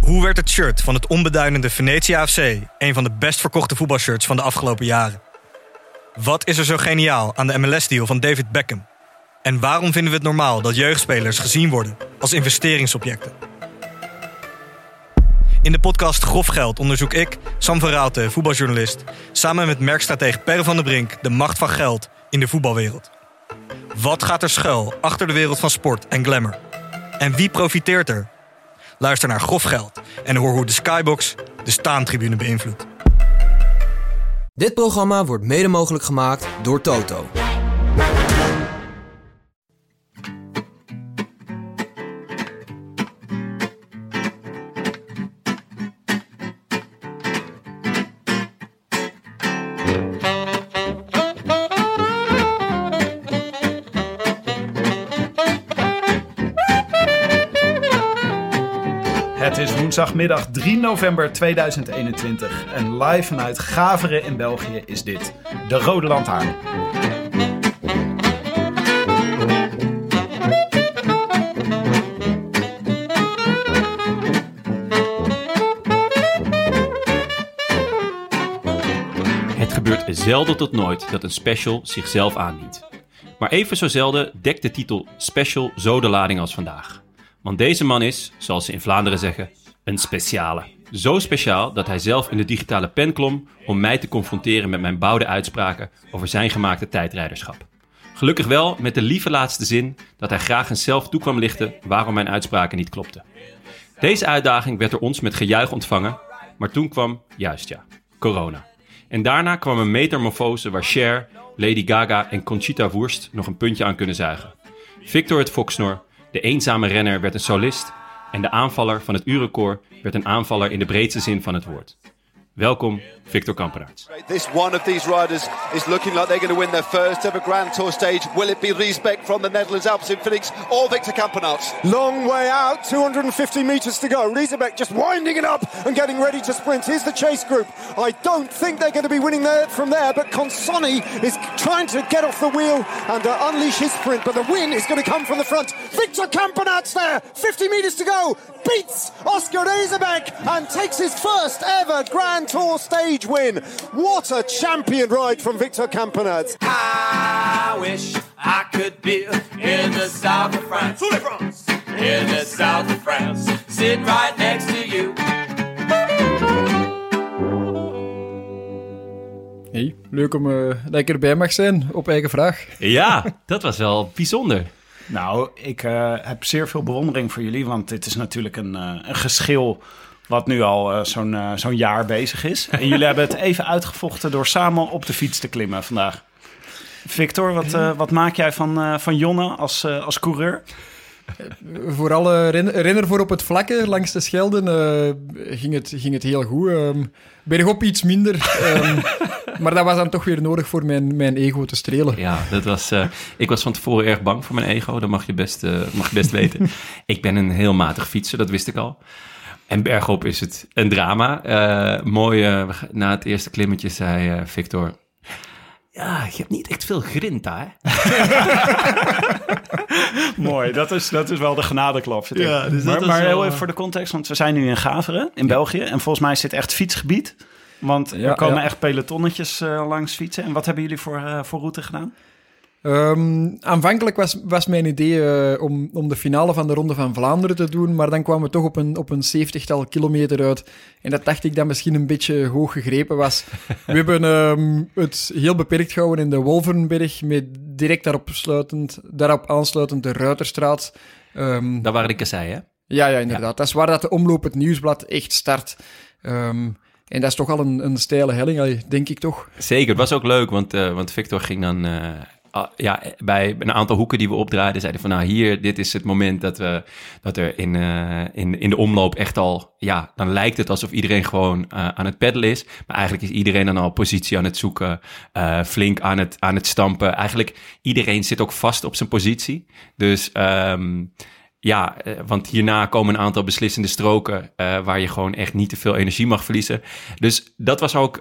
Hoe werd het shirt van het onbeduidende Venetia FC een van de best verkochte voetbalshirts van de afgelopen jaren? Wat is er zo geniaal aan de MLS-deal van David Beckham? En waarom vinden we het normaal dat jeugdspelers gezien worden als investeringsobjecten? In de podcast Grof Geld onderzoek ik, Sam van Raalte, voetbaljournalist, samen met merkstratege Per van der Brink de macht van geld in de voetbalwereld. Wat gaat er schuil achter de wereld van sport en glamour? En wie profiteert er? Luister naar Grof Geld en hoor hoe de Skybox de staantribune beïnvloedt. Dit programma wordt mede mogelijk gemaakt door Toto. Het is woensdagmiddag 3 november 2021 en live vanuit Gaveren in België is dit De Rode Lantaarn. Het gebeurt zelden tot nooit dat een special zichzelf aanbiedt. Maar even zo zelden dekt de titel Special zo de lading als vandaag. Want deze man is, zoals ze in Vlaanderen zeggen, een speciale. Zo speciaal dat hij zelf in de digitale pen klom om mij te confronteren met mijn bouwde uitspraken over zijn gemaakte tijdrijderschap. Gelukkig wel met de lieve laatste zin dat hij graag eens zelf toe kwam lichten waarom mijn uitspraken niet klopten. Deze uitdaging werd door ons met gejuich ontvangen, maar toen kwam, juist ja, corona. En daarna kwam een metamorfose waar Cher, Lady Gaga en Conchita Wurst nog een puntje aan kunnen zuigen. Victor het Foksnor, de eenzame renner, werd een solist en de aanvaller van het urenkoor werd een aanvaller in de breedste zin van het woord. Welkom, Victor Kampenaerts. This one of these riders is looking like they're going to win their first ever Grand Tour stage. Will it be Riesbeck from the Netherlands Alps in Phoenix or Victor Kampenaerts? Long way out, 250 meters to go. Riesbeck just winding it up and getting ready to sprint. Here's the chase group. I don't think they're going to be winning from there, but Consonni is trying to get off the wheel and unleash his sprint, but the win is going to come from the front. Victor Kampenaerts there, 50 meters to go, beats Oscar Riesbeck and takes his first ever Grand Tour stage win. What a champion ride from Victor Kampenaerts. I wish I could be in the south of France. In the south of France. Sitting right next to you. Hey, leuk om dat ik erbij mag zijn, op eigen vraag. Ja, dat was wel bijzonder. Nou, ik heb zeer veel bewondering voor jullie, want dit is natuurlijk een geschil wat nu al zo'n jaar bezig is. En jullie hebben het even uitgevochten door samen op de fiets te klimmen vandaag. Victor, wat maak jij van Jonne als coureur? Voor alle renner voor op het vlakke langs de Schelden ging het heel goed. Bergop iets minder, maar dat was dan toch weer nodig voor mijn ego te strelen. Ja, ik was van tevoren erg bang voor mijn ego, dat mag je best weten. Ik ben een heel matig fietser, dat wist ik al. En bergop is het een drama. Na het eerste klimmetje zei Victor... Ja, je hebt niet echt veel grinta, hè? Mooi, dat is wel de genadeklap. Ja, dus maar heel even voor de context, want we zijn nu in Gaveren, in België. En volgens mij is dit echt fietsgebied. Want er komen echt pelotonnetjes langs fietsen. En wat hebben jullie voor route gedaan? Aanvankelijk was mijn idee om de finale van de Ronde van Vlaanderen te doen, maar dan kwamen we toch op een 70-tal kilometer uit. En dat dacht ik dat misschien een beetje hoog gegrepen was. We hebben het heel beperkt gehouden in de Wolvenberg, met direct daarop aansluitend de Ruiterstraat. Dat waren de kasseien, hè? Ja, inderdaad. Ja. Dat is waar dat de omloop het nieuwsblad echt start. En dat is toch al een steile helling, denk ik toch? Zeker, het was ook leuk, want Victor ging dan... bij een aantal hoeken die we opdraaiden, zeiden van dit is het moment dat er in de omloop echt al, dan lijkt het alsof iedereen gewoon aan het peddelen is. Maar eigenlijk is iedereen dan al positie aan het zoeken, flink aan het stampen. Eigenlijk iedereen zit ook vast op zijn positie. Dus want hierna komen een aantal beslissende stroken waar je gewoon echt niet te veel energie mag verliezen. Dus dat was ook,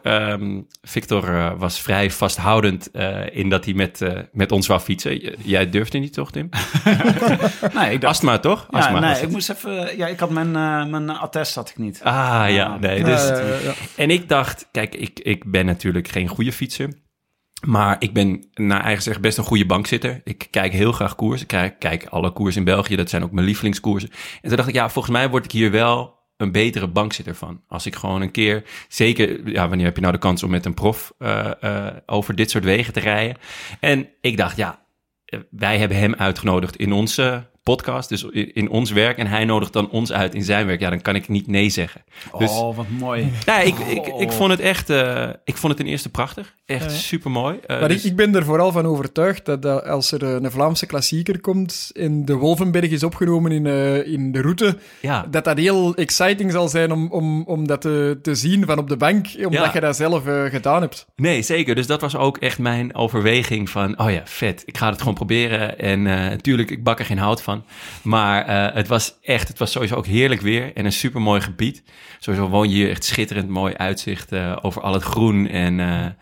Victor was vrij vasthoudend in dat hij met ons wou fietsen. Jij durfde niet, toch, Tim? Nee, ik dacht... Astma, toch? Ja, Astma, nee, ik moest even... Ja, ik had mijn attest had ik niet. Dus, en ik dacht, kijk, ik ben natuurlijk geen goede fietser. Maar ik ben naar eigen zeggen best een goede bankzitter. Ik kijk heel graag koers. Ik kijk alle koers in België. Dat zijn ook mijn lievelingskoersen. En toen dacht ik, volgens mij word ik hier wel een betere bankzitter van. Als ik gewoon een keer, zeker, wanneer heb je nou de kans om met een prof over dit soort wegen te rijden? En ik dacht, wij hebben hem uitgenodigd in onze podcast, dus in ons werk. En hij nodigt dan ons uit in zijn werk. Ja, dan kan ik niet nee zeggen. Dus, wat mooi. Ik vond het echt... ik vond het ten eerste prachtig. Echt supermooi. Maar ik ben er vooral van overtuigd dat als er een Vlaamse klassieker komt en de Wolvenberg is opgenomen in de route, dat heel exciting zal zijn om dat te zien van op de bank, omdat je dat zelf gedaan hebt. Nee, zeker. Dus dat was ook echt mijn overweging van, vet. Ik ga het gewoon proberen. En natuurlijk, ik bak er geen hout van. Maar het was sowieso ook heerlijk weer en een supermooi gebied. Sowieso woon je hier echt schitterend mooi uitzicht over al het groen. En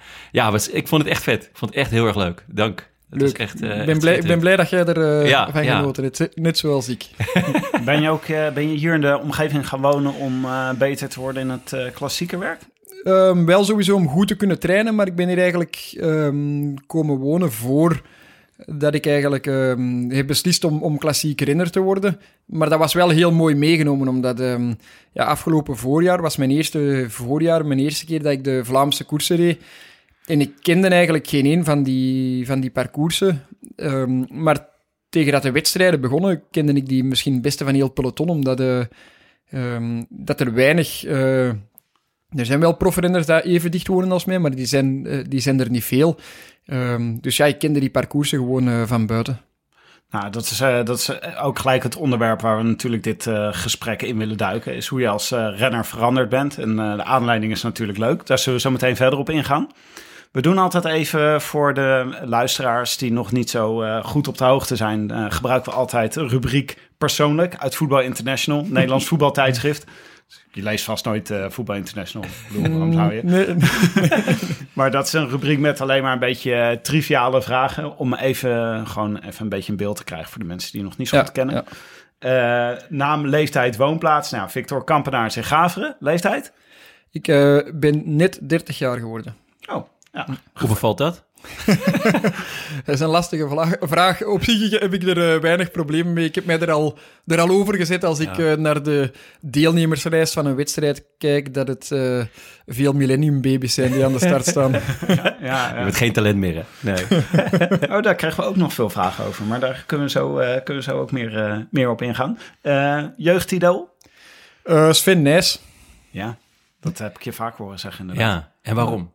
ik vond het echt vet. Ik vond het echt heel erg leuk. Dank. Leuk. Ik ben blij dat jij er van genoten hebt, net zoals ik. Ben je hier in de omgeving gaan wonen om beter te worden in het klassieke werk? Wel sowieso om goed te kunnen trainen, maar ik ben hier eigenlijk komen wonen voor... dat ik eigenlijk heb beslist om klassiek renner te worden. Maar dat was wel heel mooi meegenomen, omdat afgelopen voorjaar was mijn eerste keer dat ik de Vlaamse koersen reed. En ik kende eigenlijk geen een van die parcoursen. Maar tegen dat de wedstrijden begonnen, kende ik die misschien het beste van heel het peloton, omdat dat er weinig... er zijn wel profrenners die even dicht wonen als mij, maar die zijn er niet veel. Dus ik kende die parcoursen gewoon van buiten. Nou, dat is ook gelijk het onderwerp waar we natuurlijk dit gesprek in willen duiken. Is hoe je als renner veranderd bent. En de aanleiding is natuurlijk leuk. Daar zullen we zo meteen verder op ingaan. We doen altijd even voor de luisteraars die nog niet zo goed op de hoogte zijn. Gebruiken we altijd een rubriek persoonlijk uit Voetbal International. Nederlands voetbaltijdschrift. Je leest vast nooit Voetbal International. Ik bedoel, waarom zou je? Nee. Maar dat is een rubriek met alleen maar een beetje triviale vragen. Om even een beetje een beeld te krijgen voor de mensen die je nog niet zo goed kennen. Ja. Naam, leeftijd, woonplaats. Nou, Victor Kampenaars in Gaveren. Leeftijd? Ik ben net 30 jaar geworden. Oh, ja. Hoe bevalt dat? Dat is een lastige vraag. Op zich heb ik er weinig problemen mee. Ik heb mij er al over gezet als ik naar de deelnemerslijst van een wedstrijd kijk, dat het veel millenniumbaby's zijn die aan de start staan. Je bent geen talent meer, hè? Nee. Daar krijgen we ook nog veel vragen over, maar daar kunnen we zo ook meer op ingaan. Jeugdidool? Sven Nys. Ja, dat heb ik je vaak horen zeggen inderdaad. Ja, en waarom?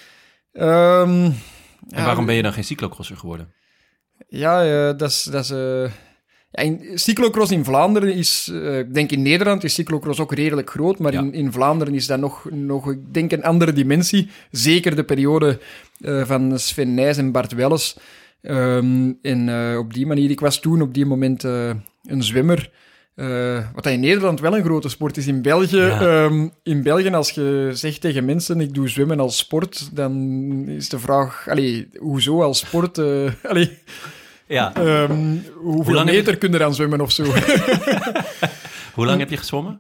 En waarom ben je dan geen cyclocrosser geworden? Dat is cyclocross in Vlaanderen is... ik denk in Nederland is cyclocross ook redelijk groot, maar in Vlaanderen is dat nog ik denk, een andere dimensie. Zeker de periode van Sven Nys en Bart Welles. En op die manier... Ik was toen op die moment een zwemmer... wat in Nederland wel een grote sport is. In België, als je zegt tegen mensen, ik doe zwemmen als sport, dan is de vraag, hoezo als sport? Hoeveel meter kun je dan zwemmen of zo? Hoe lang heb je gezwommen?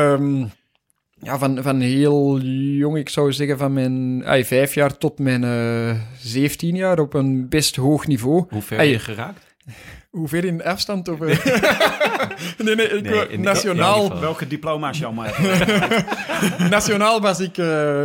Van heel jong, ik zou zeggen van mijn 5 jaar tot mijn 17 jaar op een best hoog niveau. Hoe ver ben je geraakt? Hoe ver in afstand? Of, nationaal... Welke diploma's je allemaal hebt? Nationaal was ik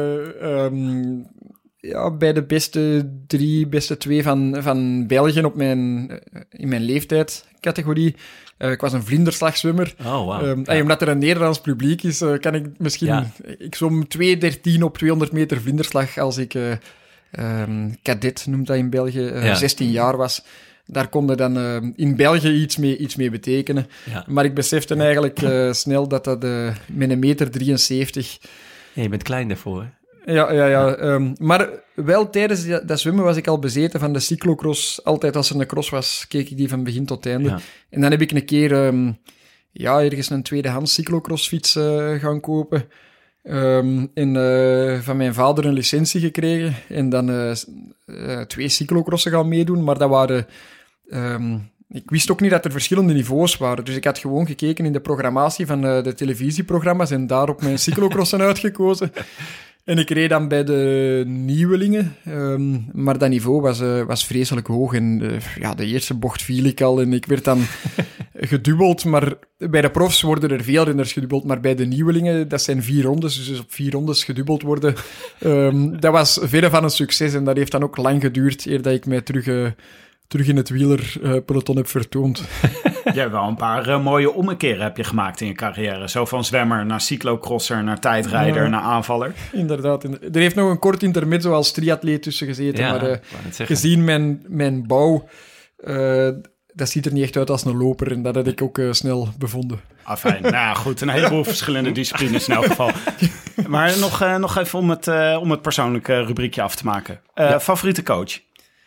bij de beste 2 van België in mijn leeftijdscategorie. Ik was een vlinderslagzwemmer. Oh, wow. Omdat er een Nederlands publiek is, kan ik misschien... Ja. Ik zwom 2:13 op 200 meter vlinderslag als ik cadet, noemt dat in België, 16 jaar was. Daar konden dan in België iets mee betekenen. Ja. Maar ik besefte eigenlijk snel dat met een meter 73... Ja, je bent klein daarvoor, hè? Ja. Maar wel tijdens dat zwemmen was ik al bezeten van de cyclocross. Altijd als er een cross was, keek ik die van begin tot einde. Ja. En dan heb ik een keer ergens een tweedehands cyclocrossfiets gaan kopen. En van mijn vader een licentie gekregen. En dan 2 cyclocrossen gaan meedoen. Maar dat waren... ik wist ook niet dat er verschillende niveaus waren. Dus ik had gewoon gekeken in de programmatie van de televisieprogramma's en daarop mijn cyclocrossen uitgekozen. En ik reed dan bij de nieuwelingen, maar dat niveau was vreselijk hoog. En de eerste bocht viel ik al en ik werd dan gedubbeld. Maar bij de profs worden er veel renners gedubbeld, maar bij de nieuwelingen, dat zijn 4 rondes, dus op 4 rondes gedubbeld worden. Dat was verre van een succes en dat heeft dan ook lang geduurd eer dat ik mij terug in het wielerpeloton heb vertoond. Je hebt wel een paar mooie omkeren heb je gemaakt in je carrière. Zo van zwemmer naar cyclocrosser, naar tijdrijder, naar aanvaller. Inderdaad. Er heeft nog een kort intermezzo als triatleet tussen gezeten. Ja, maar gezien mijn bouw, dat ziet er niet echt uit als een loper. En dat had ik ook snel bevonden. Fijn. Nou goed, een heleboel verschillende disciplines in elk geval. Maar nog even om het persoonlijke rubriekje af te maken. Favoriete coach?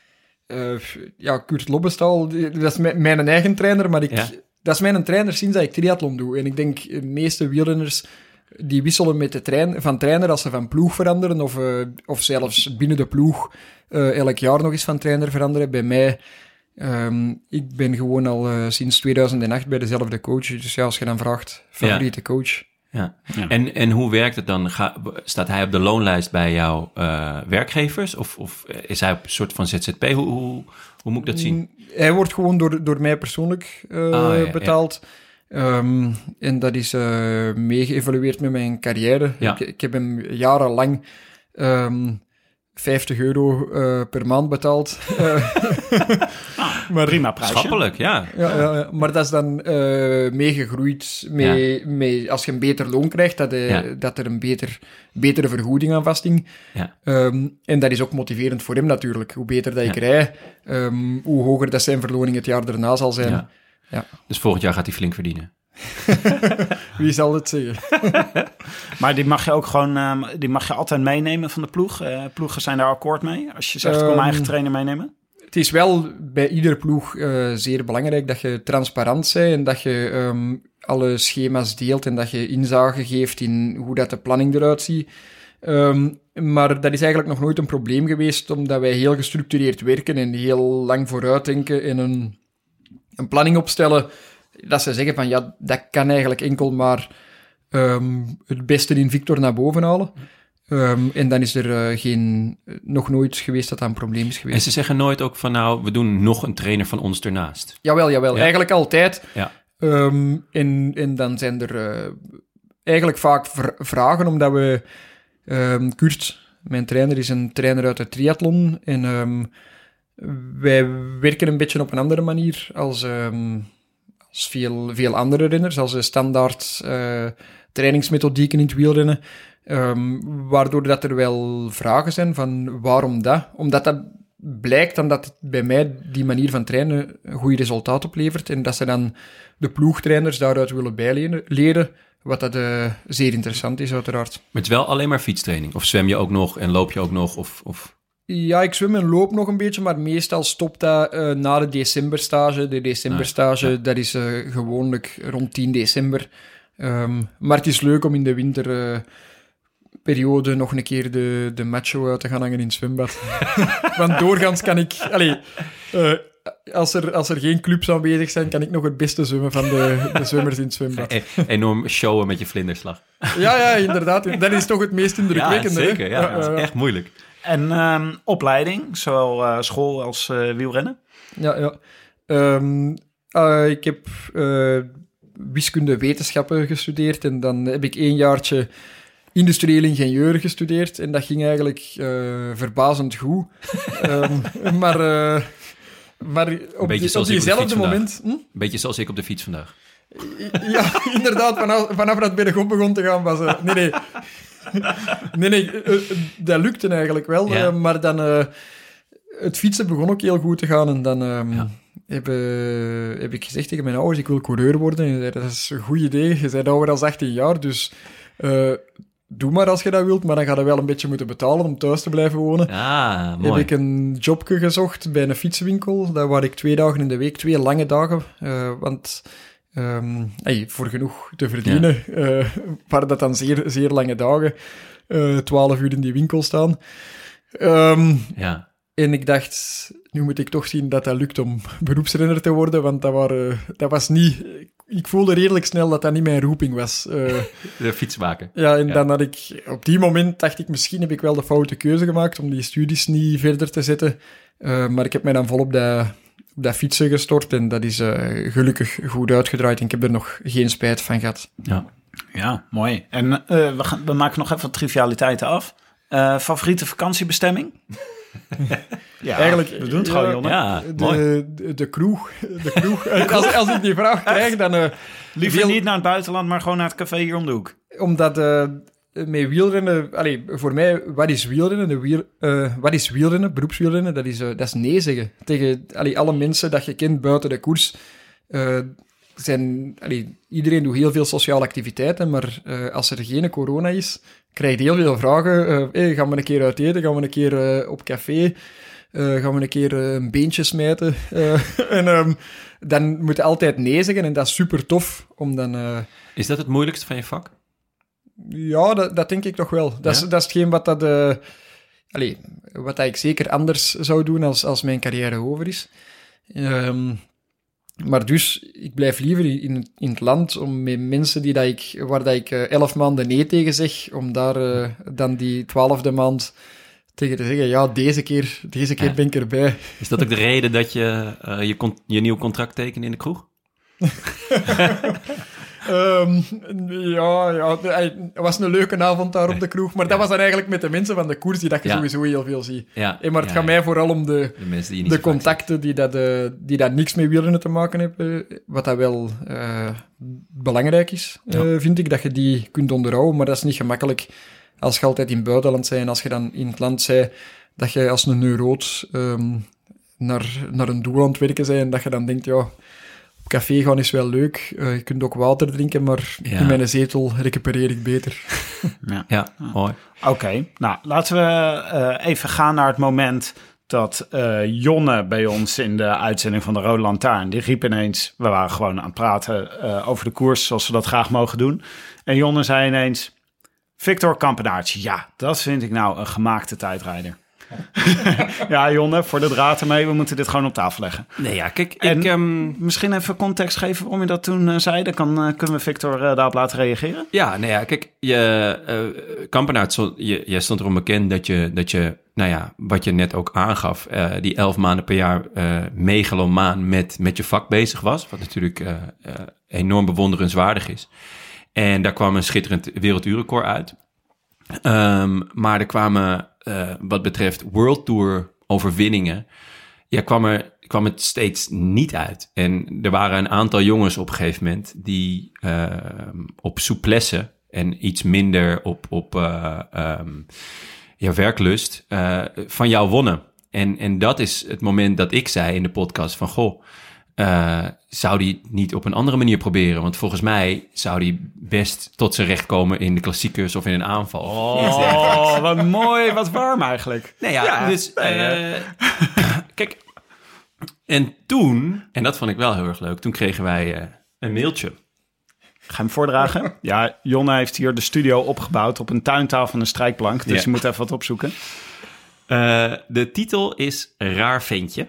Kurt Lobbestal, dat is mijn eigen trainer, maar dat is mijn trainer sinds dat ik triathlon doe. En ik denk, de meeste wielrenners die wisselen met van trainer als ze van ploeg veranderen, of zelfs binnen de ploeg elk jaar nog eens van trainer veranderen. Bij mij, ik ben gewoon al sinds 2008 bij dezelfde coach. Dus als je dan vraagt, favoriete coach... Ja. En hoe werkt het dan? Staat hij op de loonlijst bij jouw werkgevers? Of is hij op een soort van ZZP? Hoe moet ik dat zien? Hij wordt gewoon door mij persoonlijk betaald. Ja. En dat is meegeëvalueerd met mijn carrière. Ja. Ik heb hem jarenlang... €50 per maand betaald. Maar prima prijsje. Schappelijk, ja. Ja. Maar dat is dan meegegroeid met als je een beter loon krijgt, dat er een betere vergoeding aan vasting. Ja. En dat is ook motiverend voor hem natuurlijk. Hoe beter dat ik rij, hoe hoger dat zijn verloning het jaar daarna zal zijn. Ja. Ja. Dus volgend jaar gaat hij flink verdienen. Wie zal het zeggen? Maar die mag je ook gewoon, die mag je altijd meenemen van de ploeg. Ploegen zijn daar akkoord mee. Als je zegt, ik wil mijn eigen trainer meenemen. Het is wel bij iedere ploeg zeer belangrijk dat je transparant bent en dat je alle schema's deelt en dat je inzage geeft in hoe dat de planning eruit ziet. Maar dat is eigenlijk nog nooit een probleem geweest, omdat wij heel gestructureerd werken en heel lang vooruit denken en een planning opstellen. Dat ze zeggen van, dat kan eigenlijk enkel maar het beste in Victor naar boven halen. En dan is er nog nooit geweest dat dat een probleem is geweest. En ze zeggen nooit ook van, we doen nog een trainer van ons ernaast. Jawel. Ja. Eigenlijk altijd. Ja. En dan zijn er eigenlijk vaak vragen, omdat we... Kurt, mijn trainer, is een trainer uit het triathlon. En wij werken een beetje op een andere manier als veel andere renners, als de standaard trainingsmethodieken in het wielrennen, waardoor dat er wel vragen zijn van waarom dat? Omdat dat blijkt dan dat bij mij die manier van trainen een goed resultaat oplevert en dat ze dan de ploegtrainers daaruit willen bijleren, wat dat zeer interessant is uiteraard. Maar het is wel alleen maar fietstraining? Of zwem je ook nog en loop je ook nog? Of... Ja, ik zwem en loop nog een beetje, maar meestal stopt dat na de decemberstage. De decemberstage, dat is gewoonlijk rond 10 december. Maar het is leuk om in de winterperiode nog een keer de macho uit te gaan hangen in het zwembad. Want doorgaans kan ik... Als er geen clubs aanwezig zijn, kan ik nog het beste zwemmen van de zwemmers in het zwembad. Enorm showen met je vlinderslag. Ja, inderdaad. Dat is toch het meest indrukwekkende. Ja, zeker. Ja, dat is echt moeilijk. En opleiding, zowel school als wielrennen? Ja. Ik heb wiskunde wetenschappen gestudeerd en dan heb ik 1 jaartje industrieel ingenieur gestudeerd en dat ging eigenlijk verbazend goed. Maar op diezelfde moment... Een beetje zoals ik op de fiets vandaag. Ja, inderdaad. Vanaf dat het bergop begon te gaan was... Nee, dat lukte eigenlijk wel. Ja. Maar dan... het fietsen begon ook heel goed te gaan. En dan heb ik gezegd tegen mijn ouders, ik wil coureur worden. En dat is een goed idee. Je bent ouder dan 18 jaar, dus... doe maar als je dat wilt, maar dan ga je wel een beetje moeten betalen om thuis te blijven wonen. Ah, mooi. Heb ik een jobje gezocht bij een fietsenwinkel. Daar waar ik 2 dagen in de week, 2 lange dagen. Want voor genoeg te verdienen, waren dat dan zeer, zeer lange dagen. 12 uur in die winkel staan. Ja. En ik dacht, nu moet ik toch zien dat lukt om beroepsrenner te worden, want dat was niet... Ik voelde redelijk snel dat dat niet mijn roeping was. De fietsmaker. Ja, en dan had ik... Op die moment dacht ik, misschien heb ik wel de foute keuze gemaakt om die studies niet verder te zetten. Maar ik heb mij dan vol op dat fietsen gestort en dat is gelukkig goed uitgedraaid en ik heb er nog geen spijt van gehad. Ja, mooi. En we maken nog even wat trivialiteiten af. Favoriete vakantiebestemming? Ja, eigenlijk, we doen het gewoon, Jonne. Ja, de kroeg. Als ik die vraag krijg, dan... Liever niet naar het buitenland, maar gewoon naar het café hier om de hoek. Omdat met wielrennen... voor mij, wat is wielrennen? Wat is wielrennen? Beroepswielrennen? Dat is nee zeggen. Tegen alle mensen dat je kent buiten de koers. Iedereen doet heel veel sociale activiteiten, maar als er geen corona is, krijg je heel veel vragen. Gaan we een keer uit eten? Gaan we een keer op café? Gaan we een keer een beentje smijten? Dan moet je altijd nee zeggen en dat is super tof. Is dat het moeilijkste van je vak? Ja, dat denk ik toch wel. Dat is hetgeen wat ik zeker anders zou doen als mijn carrière over is. Maar dus, ik blijf liever in het land om met mensen waar ik 11 maanden nee tegen zeg, om daar dan die 12e maand tegen te zeggen, ja, deze keer ben ik erbij. Is dat ook de reden dat je je nieuw contract tekent in de kroeg? Het was een leuke avond daar op de kroeg, maar dat was dan eigenlijk met de mensen van de koers die je sowieso heel veel ziet. Maar het gaat mij vooral om de contacten die dat niks met wielrennen te maken hebben, wat dat wel belangrijk is, vind ik, dat je die kunt onderhouden, maar dat is niet gemakkelijk als je altijd in het buitenland bent en als je dan in het land bent, dat je als een neuroot naar een doel aan het werken bent en dat je dan denkt, ja... Café gaan is wel leuk. Je kunt ook water drinken, maar in mijn zetel recupereer ik beter. Ja, mooi. Oké, nou laten we even gaan naar het moment dat Jonne bij ons in de uitzending van de Rode Lantaarn, die riep ineens, we waren gewoon aan het praten over de koers, zoals we dat graag mogen doen. En Jonne zei ineens, Victor Campenaerts, ja, dat vind ik nou een gemaakte tijdrijder. Ja, Jonne, voor de draad ermee, we moeten dit gewoon op tafel leggen. Nee, ja, kijk, misschien even context geven waarom je dat toen zei. Dan kunnen we Victor daarop laten reageren. Ja, nou ja, kijk, Campenaerts, jij stond erom bekend dat je, nou ja, wat je net ook aangaf, die 11 maanden per jaar megalomaan met je vak bezig was, wat natuurlijk enorm bewonderenswaardig is. En daar kwam een schitterend werelduurrecord uit. Maar er kwamen, wat betreft World Tour overwinningen, kwam het steeds niet uit. En er waren een aantal jongens op een gegeven moment die op souplesse en iets minder op werklust van jou wonnen. En dat is het moment dat ik zei in de podcast van, goh, zou die niet op een andere manier proberen? Want volgens mij zou die best tot zijn recht komen in de klassiekers of in een aanval. Oh, wat mooi, wat warm eigenlijk. Nee, dus kijk, en toen, en dat vond ik wel heel erg leuk, toen kregen wij een mailtje. Ga hem voordragen? Ja, Jonne heeft hier de studio opgebouwd op een tuintafel en een strijkplank, dus je moet even wat opzoeken. De titel is Raar Ventje.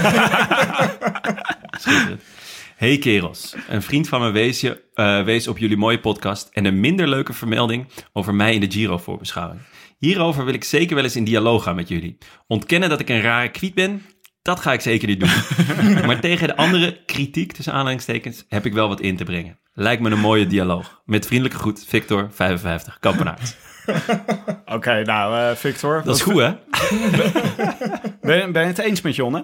Hey kerels, een vriend van me wees op jullie mooie podcast en een minder leuke vermelding over mij in de Giro-voorbeschouwing. Hierover wil ik zeker wel eens in dialoog gaan met jullie. Ontkennen dat ik een rare kwiet ben, dat ga ik zeker niet doen. Maar tegen de andere kritiek, tussen aanhalingstekens, heb ik wel wat in te brengen. Lijkt me een mooie dialoog. Met vriendelijke groet, Victor, 55, Campenaerts. Oké, nou Victor. Dat is goed, hè? Ben je het eens met Jonne?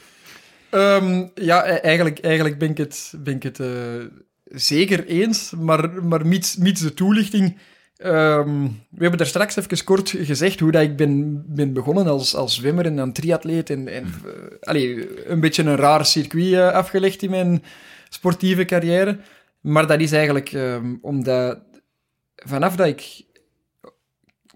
Ja, eigenlijk ben ik het zeker eens, maar mits de toelichting. We hebben daar straks even kort gezegd hoe dat ik ben begonnen als zwemmer en dan triatleet en een beetje een raar circuit afgelegd in mijn sportieve carrière. Maar dat is eigenlijk omdat vanaf dat ik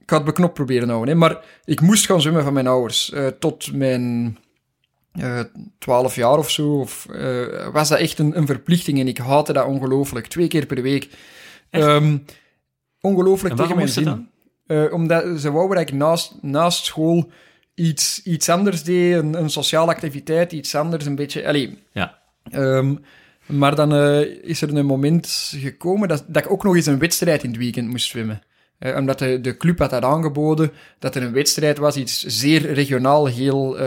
Ik ga het beknopt proberen houden, hè. Maar ik moest gaan zwemmen van mijn ouders. Tot mijn 12 jaar of zo. Was dat echt een verplichting en ik haatte dat ongelooflijk. 2 keer per week. Ongelooflijk tegen mijn zin. Omdat ze wouden dat ik naast school iets anders deed. Een sociale activiteit, iets anders. Een beetje... Allee. Ja. Maar dan is er een moment gekomen dat ik ook nog eens een wedstrijd in het weekend moest zwemmen. Omdat de club had dat aangeboden, dat er een wedstrijd was, iets zeer regionaal, heel...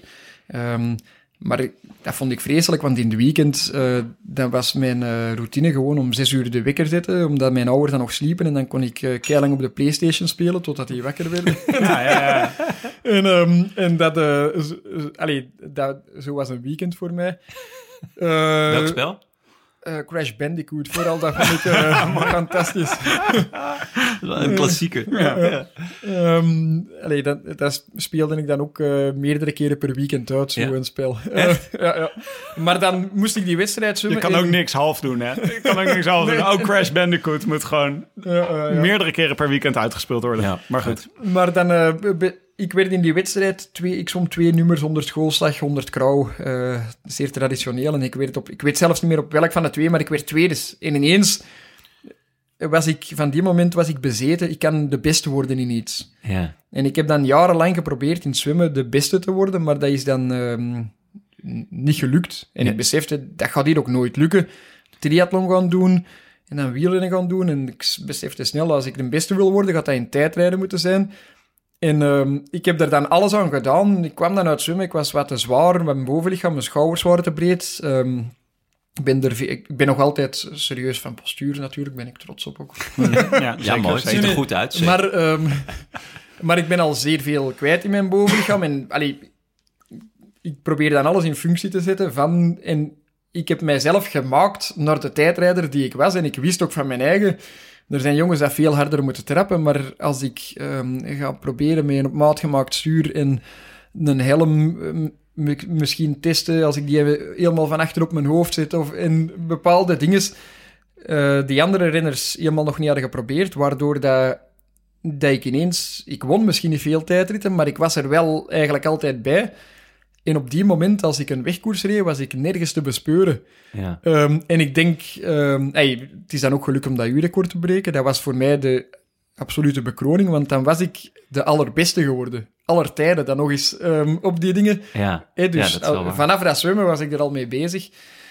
maar dat vond ik vreselijk, want in het weekend dan was mijn routine gewoon om 6 uur de wekker zetten, omdat mijn ouders dan nog sliepen en dan kon ik keilang op de PlayStation spelen, totdat die wakker werden. Ja. En dat zo was een weekend voor mij. Welk spel? Crash Bandicoot, vooral dat vond ik fantastisch. Een klassieker. Ja. Dat speelde ik dan ook meerdere keren per weekend uit, zo'n spel. Ja. Maar dan moest ik die wedstrijd zwemmen. Je kan ook niks half doen, hè? Je kan ook niks half doen. Ook Crash Bandicoot moet gewoon meerdere keren per weekend uitgespeeld worden. Ja. Maar goed. Maar dan... ik werd in die wedstrijd, ik zwom 2 nummers, 100 schoolslag, 100 krauw. Zeer traditioneel. En ik weet zelfs niet meer op welk van de 2, maar ik werd tweede. En ineens van die moment was ik bezeten. Ik kan de beste worden in iets. Ja. En ik heb dan jarenlang geprobeerd in zwemmen de beste te worden, maar dat is dan niet gelukt. En ik besefte, dat gaat hier ook nooit lukken. Triathlon gaan doen en dan wielrennen gaan doen. En ik besefte snel, als ik de beste wil worden, gaat dat in tijdrijden moeten zijn. En ik heb er dan alles aan gedaan. Ik kwam dan uit zwemmen, ik was wat te zwaar, mijn bovenlichaam, mijn schouders waren te breed. Ik ben nog altijd serieus van postuur, natuurlijk, ben ik trots op ook. Ja, mooi, het ziet er goed uit. Maar ik ben al zeer veel kwijt in mijn bovenlichaam. En ik probeer dan alles in functie te zetten en ik heb mijzelf gemaakt naar de tijdrijder die ik was. En ik wist ook van mijn eigen... Er zijn jongens die veel harder moeten trappen, maar als ik ga proberen met een op maat gemaakt stuur en een helm misschien testen, als ik die helemaal van achter op mijn hoofd zet, en bepaalde dingen die andere renners helemaal nog niet hadden geprobeerd, waardoor dat ik ineens... Ik won misschien niet veel tijdritten, maar ik was er wel eigenlijk altijd bij. En op die moment, als ik een wegkoers reed, was ik nergens te bespeuren. Ja. En ik denk... het is dan ook gelukt om dat uurrecord te breken. Dat was voor mij de absolute bekroning, want dan was ik de allerbeste geworden. Aller tijden dan nog eens op die dingen. Ja, Dus vanaf dat zwemmen was ik er al mee bezig.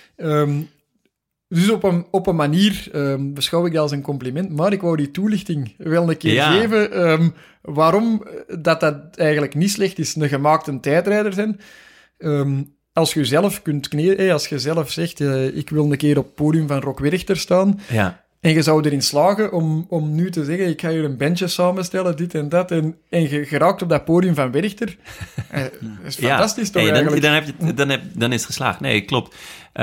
Dus op een manier beschouw ik dat als een compliment, maar ik wou die toelichting wel een keer geven. Waarom dat eigenlijk niet slecht is, een gemaakte tijdrijder zijn. Als je zelf kunt kneden, als je zelf zegt, ik wil een keer op het podium van Rock Werchter staan, en je zou erin slagen om nu te zeggen, ik ga hier een bandje samenstellen, dit en dat, en je geraakt op dat podium van Werchter. Dat is fantastisch toch eigenlijk? Dan is het geslaagd. Nee, klopt.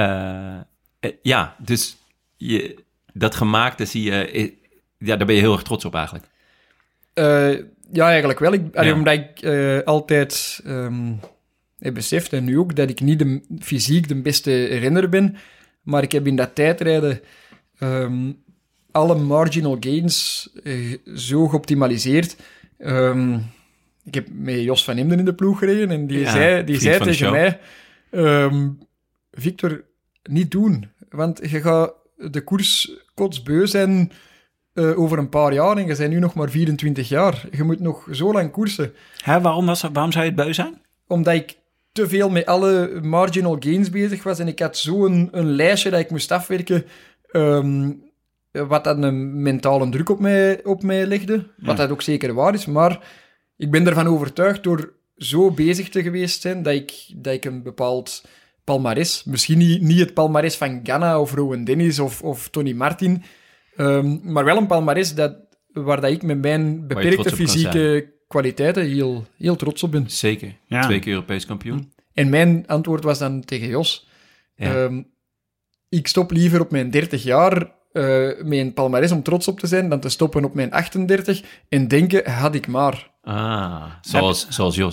Dus dat gemaakte zie je... daar ben je heel erg trots op eigenlijk. Ja, eigenlijk wel. Omdat ik altijd besefte, en nu ook, dat ik niet fysiek de beste renner ben, maar ik heb in dat tijdrijden alle marginal gains zo geoptimaliseerd. Ik heb met Jos van Emden in de ploeg gereden en die zei tegen mij, Victor, niet doen, want je gaat de koers kotsbeu zijn over een paar jaar en je bent nu nog maar 24 jaar. Je moet nog zo lang koersen. Waarom zou je het beu zijn? Omdat ik te veel met alle marginal gains bezig was en ik had zo'n lijstje dat ik moest afwerken, wat dan een mentale druk op mij legde, wat dat ook zeker waar is, maar ik ben ervan overtuigd door zo bezig te geweest zijn dat ik een bepaald palmares, misschien niet het palmares van Ganna of Rowan Dennis of Tony Martin, maar wel een palmares waar dat ik met mijn beperkte fysieke kwaliteiten heel trots op ben. Zeker. 2 keer Europees kampioen. En mijn antwoord was dan tegen Jos. Ja. Ik stop liever op mijn 30 jaar met een palmares om trots op te zijn, dan te stoppen op mijn 38 en denken, had ik maar. Zoals Jos.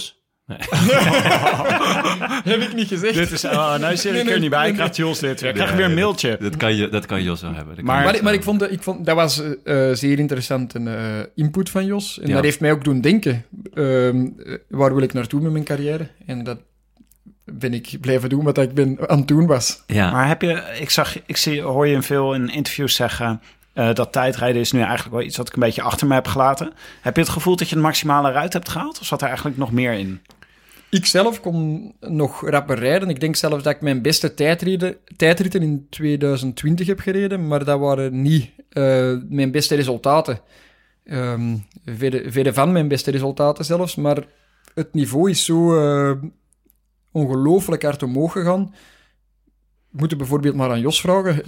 Heb ik niet gezegd. Dit is, nou zit ik er niet bij. Ik krijg Jos dit weer. Ik krijg weer een mailtje. Dat kan Jos wel hebben. Maar ik vond dat was zeer interessant een input van Jos. En dat heeft mij ook doen denken. Waar wil ik naartoe met mijn carrière? En dat ben ik blijven doen wat ik aan het doen was. Ja. Maar hoor je veel in interviews zeggen... dat tijdrijden is nu eigenlijk wel iets wat ik een beetje achter me heb gelaten. Heb je het gevoel dat je de maximale eruit hebt gehaald? Of zat er eigenlijk nog meer in? Ik zelf kon nog rapper rijden. Ik denk zelfs dat ik mijn beste tijdritten in 2020 heb gereden. Maar dat waren niet mijn beste resultaten. Verre van mijn beste resultaten zelfs. Maar het niveau is zo ongelooflijk hard omhoog gegaan. We moeten bijvoorbeeld maar aan Jos vragen.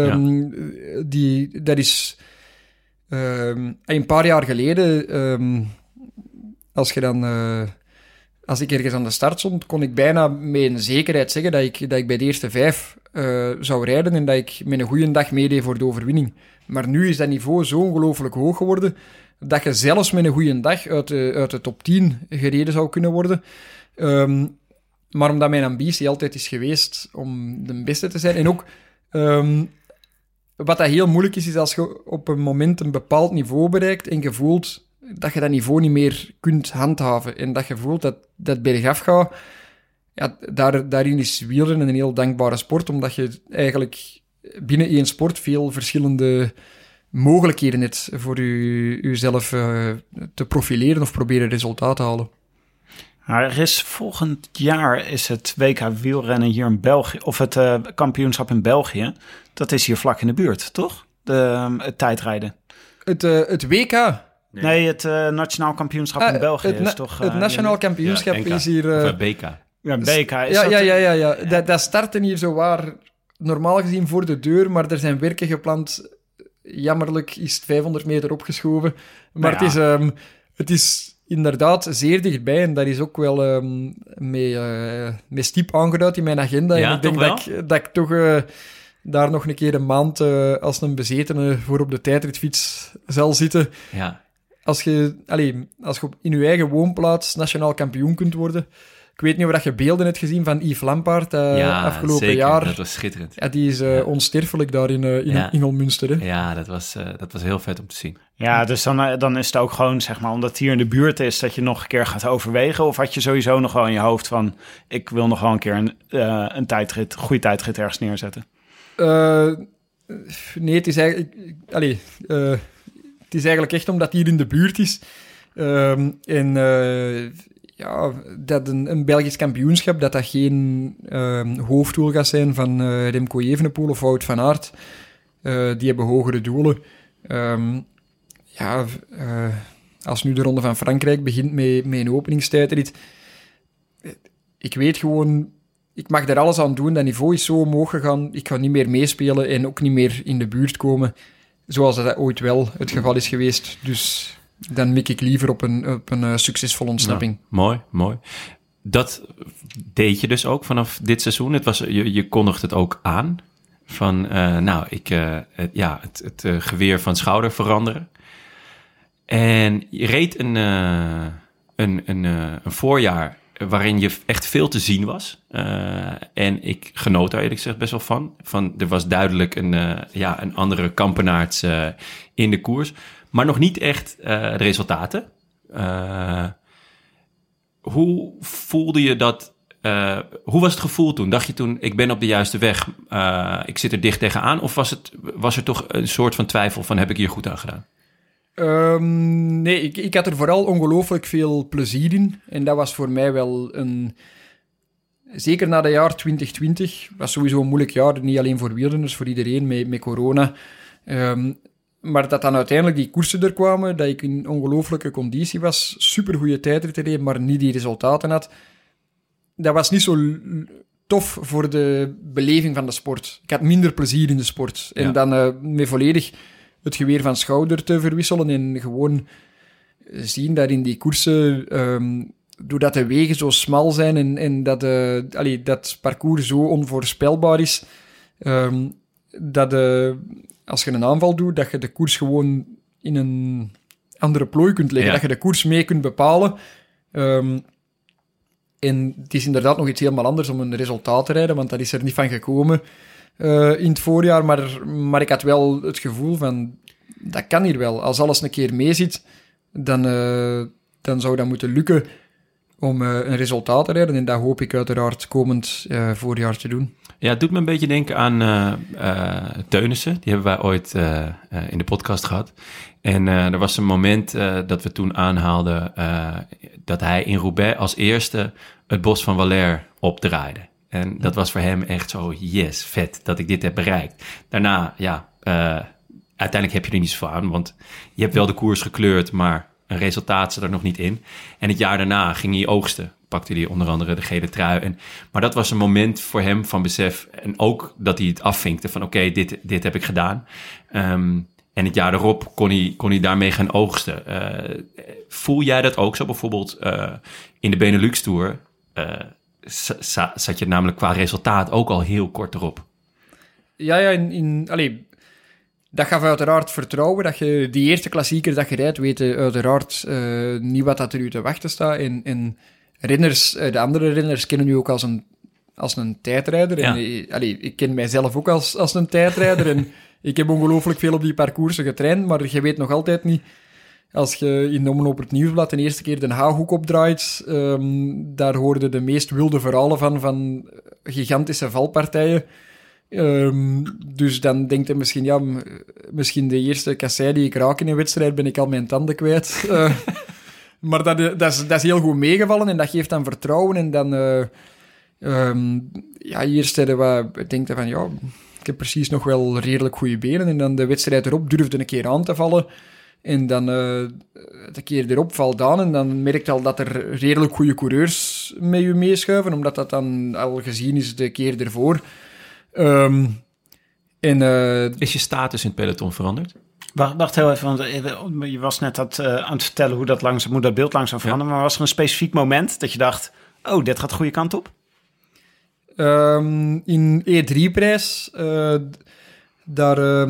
Dat is een paar jaar geleden, als ik ergens aan de start stond, kon ik bijna met een zekerheid zeggen dat ik bij de eerste 5 zou rijden en dat ik met een goede dag meedeed voor de overwinning. Maar nu is dat niveau zo ongelooflijk hoog geworden dat je zelfs met een goede dag uit de top 10 gereden zou kunnen worden. Maar omdat mijn ambitie altijd is geweest om de beste te zijn. En ook, wat dat heel moeilijk is als je op een moment een bepaald niveau bereikt en je voelt dat je dat niveau niet meer kunt handhaven. En dat je voelt dat bergaf gaat. Ja, daarin is wielrennen een heel dankbare sport, omdat je eigenlijk binnen één sport veel verschillende mogelijkheden hebt voor jezelf te profileren of proberen resultaat te halen. Maar volgend jaar is het WK wielrennen hier in België, of het kampioenschap in België. Dat is hier vlak in de buurt, toch? Het tijdrijden. Het WK? Nee, het nationaal kampioenschap in België is toch... het nationaal kampioenschap is hier... Of BK. Ja, BK is dat... Dat starten hier zowaar normaal gezien voor de deur, maar er zijn werken gepland. Jammerlijk is het 500 meter opgeschoven. Maar het is inderdaad zeer dichtbij en dat is ook wel met stiep aangeduid in mijn agenda. Ja, en ik denk dat ik toch daar nog een keer een maand als een bezetene voor op de tijdritfiets zal zitten. Ja. Als je in je eigen woonplaats nationaal kampioen kunt worden. Ik weet niet of je beelden hebt gezien van Yves Lampaert afgelopen zeker. jaar. Dat was schitterend. Ja, die is onsterfelijk daar in Ingelmünster. Hè? Ja, dat was heel vet om te zien. Ja, dus dan is het ook gewoon, zeg maar, omdat het hier in de buurt is, dat je nog een keer gaat overwegen? Of had je sowieso nog wel in je hoofd van, ik wil nog wel een keer een goede tijdrit ergens neerzetten? Nee, het is eigenlijk... het is eigenlijk echt omdat het hier in de buurt is. Dat een Belgisch kampioenschap, dat geen hoofddoel gaat zijn van Remco Evenepoel of Wout van Aert. Die hebben hogere doelen. Als nu de Ronde van Frankrijk begint met een openingstijdrit, ik weet gewoon, ik mag er alles aan doen. Dat niveau is zo omhoog gegaan. Ik ga niet meer meespelen en ook niet meer in de buurt komen, zoals dat ooit wel het geval is geweest. Dus dan mik ik liever op een succesvolle ontsnapping. Ja, mooi. Dat deed je dus ook vanaf dit seizoen. Je kondigt het ook aan. Van, het geweer van schouder veranderen. En je reed een voorjaar waarin je echt veel te zien was. En ik genoot daar eerlijk gezegd best wel van. Er was duidelijk een andere Kampenaerts in de koers. Maar nog niet echt de resultaten. Hoe voelde je dat? Hoe was het gevoel toen? Dacht je toen, ik ben op de juiste weg, ik zit er dicht tegenaan? Of was er toch een soort van twijfel van, heb ik hier goed aan gedaan? Nee, ik had er vooral ongelooflijk veel plezier in. En dat was voor mij wel zeker na het jaar 2020, was sowieso een moeilijk jaar. Niet alleen voor wielrenners, voor iedereen met corona. Maar dat dan uiteindelijk die koersen er kwamen, dat ik in ongelooflijke conditie was, supergoeie tijdritten reed, maar niet die resultaten had. Dat was niet zo tof voor de beleving van de sport. Ik had minder plezier in de sport. En dan met volledig het geweer van schouder te verwisselen en gewoon zien dat in die koersen, doordat de wegen zo smal zijn en dat parcours zo onvoorspelbaar is, dat als je een aanval doet, dat je de koers gewoon in een andere plooi kunt leggen. Ja. Dat je de koers mee kunt bepalen. En het is inderdaad nog iets helemaal anders om een resultaat te rijden, want dat is er niet van gekomen in het voorjaar. Maar ik had wel het gevoel van, dat kan hier wel. Als alles een keer mee zit, dan zou dat moeten lukken om een resultaat te rijden. En dat hoop ik uiteraard komend voorjaar te doen. Ja, het doet me een beetje denken aan Teunissen. Die hebben wij ooit in de podcast gehad. En er was een moment dat we toen aanhaalden dat hij in Roubaix als eerste het Bos van Valère opdraaide. En dat was voor hem echt zo, yes, vet dat ik dit heb bereikt. Daarna, uiteindelijk heb je er niet zoveel aan, want je hebt wel de koers gekleurd, maar een resultaat zat er nog niet in. En het jaar daarna ging hij oogsten. Pakte hij onder andere de gele trui. Maar dat was een moment voor hem van besef. En ook dat hij het afvinkte van oké, dit heb ik gedaan. En het jaar erop kon hij daarmee gaan oogsten. Voel jij dat ook zo? Bijvoorbeeld in de Benelux Tour zat je namelijk qua resultaat ook al heel kort erop. Ja, dat gaf uiteraard vertrouwen. Dat je die eerste klassieker dat je rijdt, weet uiteraard niet wat dat er u te wachten staat. En renners, de andere renners kennen u ook als een tijdrijder. Ja. En ik ken mijzelf ook als een tijdrijder. En ik heb ongelooflijk veel op die parcoursen getraind, maar je weet nog altijd niet, als je in Omloop het Nieuwsblad de eerste keer Den Haaghoek opdraait, daar hoorden de meest wilde verhalen van gigantische valpartijen. Dus dan denkt hij misschien, misschien de eerste kassei die ik raak in een wedstrijd, ben ik al mijn tanden kwijt. Maar dat is heel goed meegevallen en dat geeft dan vertrouwen. En dan, eerst zeiden we, denkten van, ik heb precies nog wel redelijk goede benen. En dan de wedstrijd erop durfde een keer aan te vallen. En dan de keer erop valt aan en dan merk je al dat er redelijk goede coureurs met je meeschuiven, omdat dat dan al gezien is de keer ervoor. Is je status in het peloton veranderd? Wacht heel even, want je was net aan het vertellen hoe dat beeld langzaam verandert. Maar was er een specifiek moment dat je dacht, dit gaat de goede kant op? In E3-prijs, daar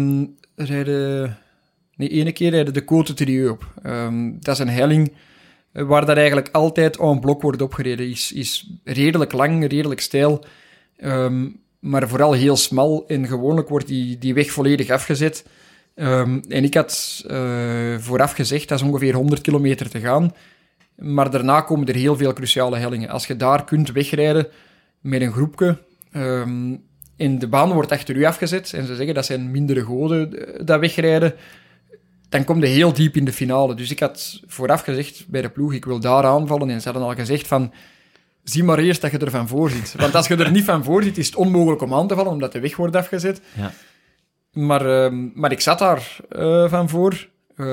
ene keer rijden de Côte Trieux op. Dat is een helling waar dat eigenlijk altijd en blok wordt opgereden. Is redelijk lang, redelijk steil, maar vooral heel smal. En gewoonlijk wordt die weg volledig afgezet. En ik had vooraf gezegd, dat is ongeveer 100 kilometer te gaan. Maar daarna komen er heel veel cruciale hellingen. Als je daar kunt wegrijden met een groepje, en de baan wordt achter u afgezet, en ze zeggen dat zijn mindere goden dat wegrijden, dan kom je heel diep in de finale. Dus ik had vooraf gezegd bij de ploeg, ik wil daar aanvallen. En ze hadden al gezegd van, zie maar eerst dat je er van voor zit. Want als je er niet van voor zit, is het onmogelijk om aan te vallen, omdat de weg wordt afgezet. Ja. Maar ik zat daar van voor.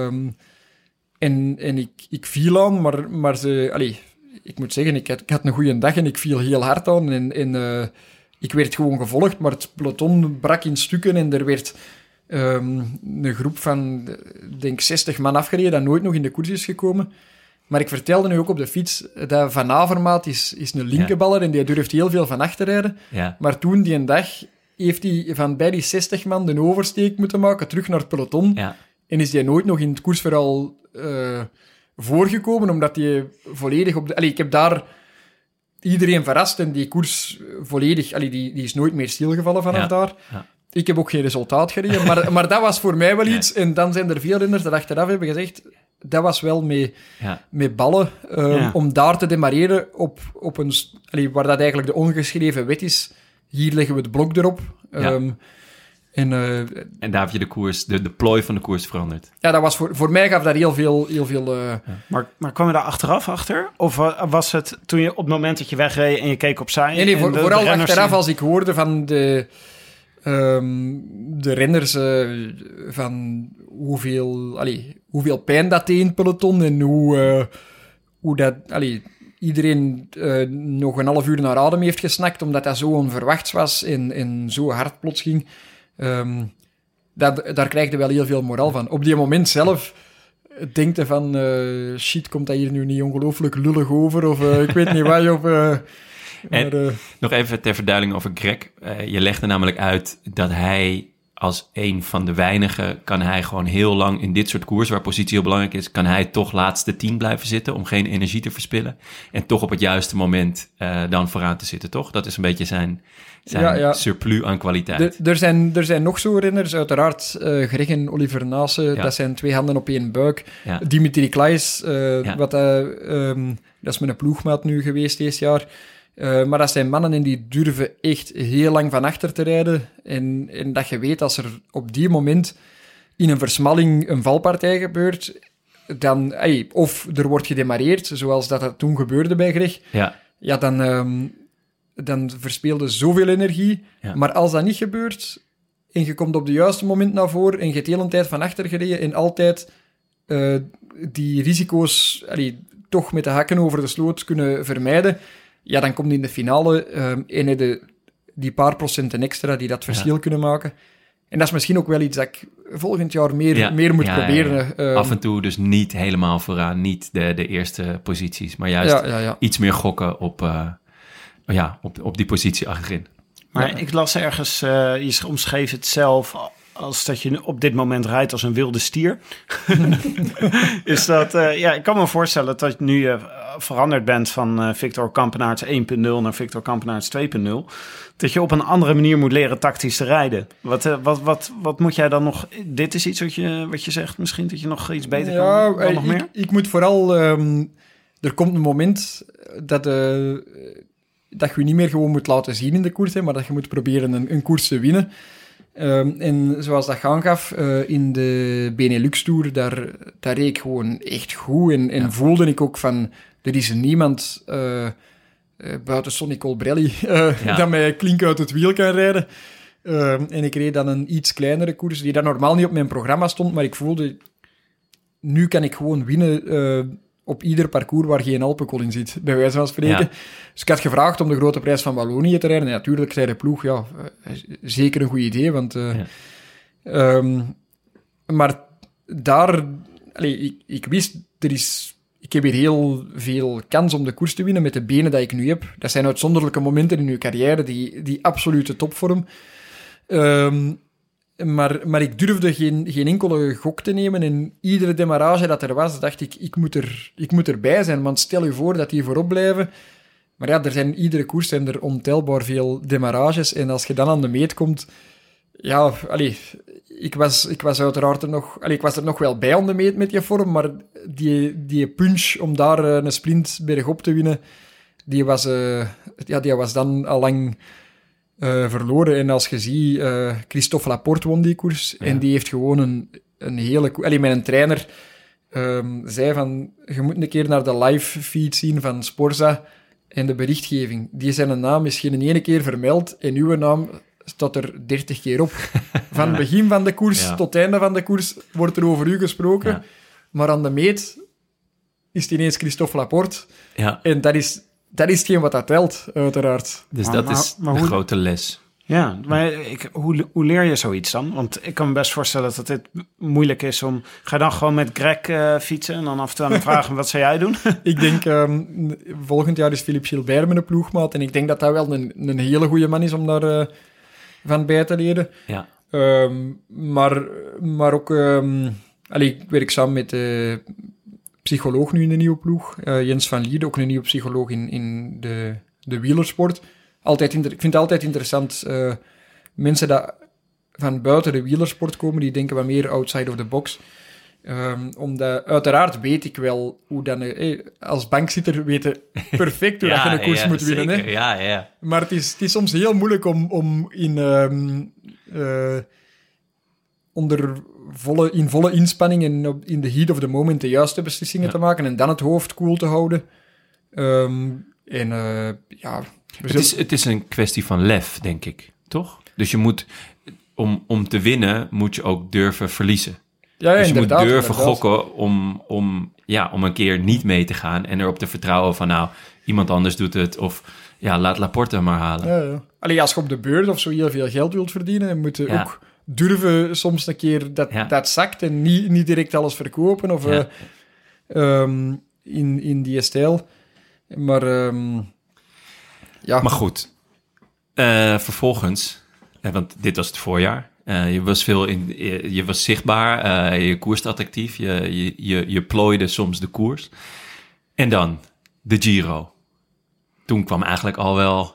En ik viel aan, maar ik moet zeggen, ik had een goede dag en ik viel heel hard aan. En ik werd gewoon gevolgd, maar het peloton brak in stukken en er werd een groep van, denk 60 man afgereden dat nooit nog in de koers is gekomen. Maar ik vertelde nu ook op de fiets dat Van Avermaat is een linkerballer en die durft heel veel van achter rijden. Ja. Maar toen, die een dag, heeft hij van bij die 60 man de oversteek moeten maken, terug naar het peloton. Ja. En is hij nooit nog in het koersverhaal voorgekomen, omdat hij volledig op de... ik heb daar iedereen verrast en die koers volledig... die is nooit meer stilgevallen vanaf daar. Ja. Ik heb ook geen resultaat gereden, maar dat was voor mij wel iets. En dan zijn er veel renners dat achteraf hebben gezegd, dat was wel met ballen, om daar te demareren op een... waar dat eigenlijk de ongeschreven wet is. Hier leggen we het blok erop. Ja. En daar heb je de koers, de plooi van de koers veranderd. Ja, dat was voor mij gaf daar heel veel... Maar kwam je daar achteraf achter? Of was het toen je op het moment dat je wegreed en je keek opzij? Nee, vooral achteraf als ik hoorde van de renners van hoeveel pijn dat deed in het peloton en hoe dat... iedereen nog een half uur naar adem heeft gesnakt, omdat dat zo onverwachts was en zo hard plots ging. Daar krijg je wel heel veel moraal van. Op die moment zelf denk je van... shit, komt dat hier nu niet ongelooflijk lullig over? Of ik weet niet wat. Nog even ter verduidelijking over Greg. Je legde namelijk uit dat hij als een van de weinigen kan hij gewoon heel lang in dit soort koers, waar positie heel belangrijk is, kan hij toch laatste 10 blijven zitten om geen energie te verspillen. En toch op het juiste moment dan vooraan te zitten, toch? Dat is een beetje zijn surplus aan kwaliteit. Er zijn nog zo renners, uiteraard Greg en Oliver Naassen, dat zijn 2 handen op 1 buik. Ja. Dimitri Klaes, dat is mijn ploegmaat nu geweest dit jaar. Maar dat zijn mannen en die durven echt heel lang van achter te rijden. En dat je weet, als er op die moment in een versmalling een valpartij gebeurt, dan, of er wordt gedemareerd, zoals dat toen gebeurde bij Greg, dan verspeelde zoveel energie. Ja. Maar als dat niet gebeurt, en je komt op de juiste moment naar voren, en je hebt de hele tijd van achter gereden, en altijd die risico's toch met de hakken over de sloot kunnen vermijden, ja, dan komt in de finale en die paar procenten extra die dat verschil kunnen maken. En dat is misschien ook wel iets dat ik volgend jaar meer moet proberen. Ja. Af en toe dus niet helemaal vooraan, niet de eerste posities, maar juist iets meer gokken op die positie achterin. Maar ik las ergens, je omschreef het zelf als dat je op dit moment rijdt als een wilde stier. Is dat, ik kan me voorstellen dat nu je veranderd bent van Victor Kampenaerts 1.0 naar Victor Kampenaerts 2.0. Dat je op een andere manier moet leren tactisch te rijden. Wat moet jij dan nog... Dit is iets wat je zegt misschien, dat je nog iets beter kan dan nog meer? Ik moet vooral... er komt een moment dat je je niet meer gewoon moet laten zien in de koers, maar dat je moet proberen een koers te winnen. En zoals dat gaan gaf, in de Benelux Tour, daar reed ik gewoon echt goed. En voelde ik ook van, er is niemand buiten Sonny Colbrelli dat mij klink uit het wiel kan rijden. En ik reed dan een iets kleinere koers, die daar normaal niet op mijn programma stond, maar ik voelde, nu kan ik gewoon winnen op ieder parcours waar geen Alpenkol in zit, bij wijze van spreken. Ja. Dus ik had gevraagd om de grote prijs van Wallonië te rijden. En natuurlijk zei de ploeg, zeker een goed idee, want... maar daar... Ik wist, ik heb hier heel veel kans om de koers te winnen met de benen die ik nu heb. Dat zijn uitzonderlijke momenten in uw carrière, die absolute topvorm. Maar ik durfde geen enkele gok te nemen. En iedere demarrage dat er was, dacht ik, ik moet erbij zijn. Want stel je voor dat die voorop blijven. Maar ja, iedere koers zijn er ontelbaar veel demarrages. En als je dan aan de meet komt... Ja, ik was uiteraard ik was er nog wel bij aan de meet met die vorm. Maar die punch om daar een sprint bergop te winnen, die was dan al lang... verloren. En als je ziet, Christophe Laporte won die koers. Ja. En die heeft gewoon een hele... mijn trainer zei van, je moet een keer naar de live feed zien van Sporza en de berichtgeving. Die zijn naam is geen ene keer vermeld en uw naam staat er 30 keer op. Van het begin van de koers tot het einde van de koers wordt er over u gesproken. Ja. Maar aan de meet is het ineens Christophe Laporte. Ja. En dat is hetgeen wat dat telt, uiteraard. Dus dat is de grote les. Ja, maar hoe leer je zoiets dan? Want ik kan me best voorstellen dat dit moeilijk is om... Ga je dan gewoon met Greg fietsen en dan af en toe aan hem vragen, wat zou jij doen? Ik denk, volgend jaar is Philippe Gilbert mijn ploegmaat en ik denk dat dat wel een hele goede man is om daar van bij te leren. Ja. Maar ook... ik werk samen met... psycholoog nu in de nieuwe ploeg. Jens van Lierde, ook een nieuwe psycholoog in de wielersport. Ik vind het altijd interessant. Mensen die van buiten de wielersport komen, die denken wat meer outside of the box. Omdat uiteraard weet ik wel hoe dan... als bankzitter weten perfect hoe dat je een koers moet winnen. Hè? Ja. Maar het is soms heel moeilijk om in volle inspanning en in de heat of the moment de juiste beslissingen te maken en dan het hoofd koel te houden. Het is een kwestie van lef, denk ik, toch? Dus je moet, om te winnen, moet je ook durven verliezen. Ja, dus je moet durven gokken om een keer niet mee te gaan en erop te vertrouwen van, iemand anders doet het, of laat Laporte maar halen. Ja. Allee, als je op de beurs of zo heel veel geld wilt verdienen, moet je ook durven soms een keer dat zakt en niet direct alles verkopen of in die stijl. Maar Maar goed, vervolgens, want dit was het voorjaar, Je was zichtbaar, je koerste attractief, je plooide soms de koers. En dan de Giro. Toen kwam eigenlijk al wel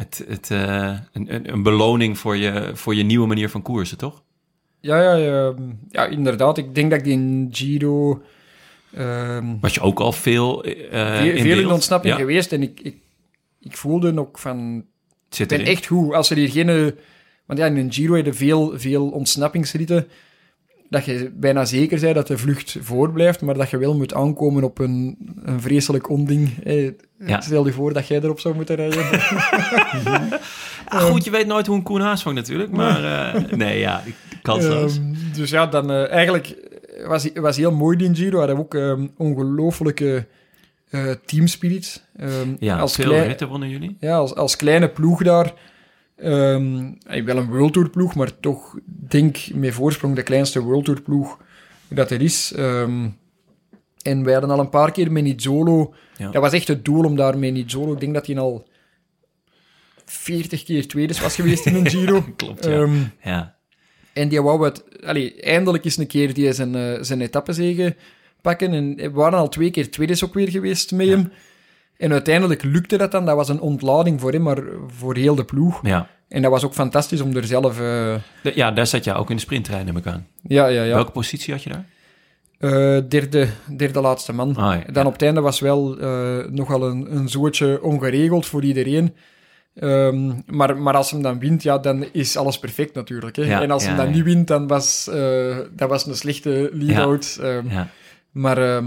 een beloning voor je nieuwe manier van koersen, toch? Ja, inderdaad. Ik denk dat ik die in Giro... Was je ook al veel veel in ontsnapping geweest. En ik voelde ook van... Ik ben echt goed. Als er hier geen... Want ja, in een Giro heb je veel ontsnappingsritten. Dat je bijna zeker bent dat de vlucht voorblijft, maar dat je wel moet aankomen op een vreselijk onding. Stel je voor dat jij erop zou moeten rijden. Goed, je weet nooit hoe een Koen Haas vangt natuurlijk, maar kansloos. Dus ja, dan eigenlijk was heel mooi die Giro. We hadden ook ongelooflijke teamspirit. Veel ritten wonnen jullie. Ja, als kleine ploeg daar. Wel een World Tour ploeg, maar toch denk met voorsprong de kleinste World Tour ploeg dat er is. En wij hadden al een paar keer met Nizzolo. Ja. Dat was echt het doel om daar met Nizzolo. Ik denk dat hij al 40 keer tweede was geweest in een Giro. Klopt, ja. En die wou eindelijk eens een keer die zijn etappezege pakken. En we waren al 2 keer tweede ook weer geweest met hem. En uiteindelijk lukte dat dan. Dat was een ontlading voor hem, maar voor heel de ploeg. Ja. En dat was ook fantastisch om er zelf... daar zat je ook in de sprinttrein, neem ik aan. Ja. Welke positie had je daar? Derde laatste man. Dan op het einde was wel nogal een zootje ongeregeld voor iedereen. Maar als hem dan wint, dan is alles perfect natuurlijk. Hè? En als hem dan niet wint, dan was dat was een slechte lead-out. Maar...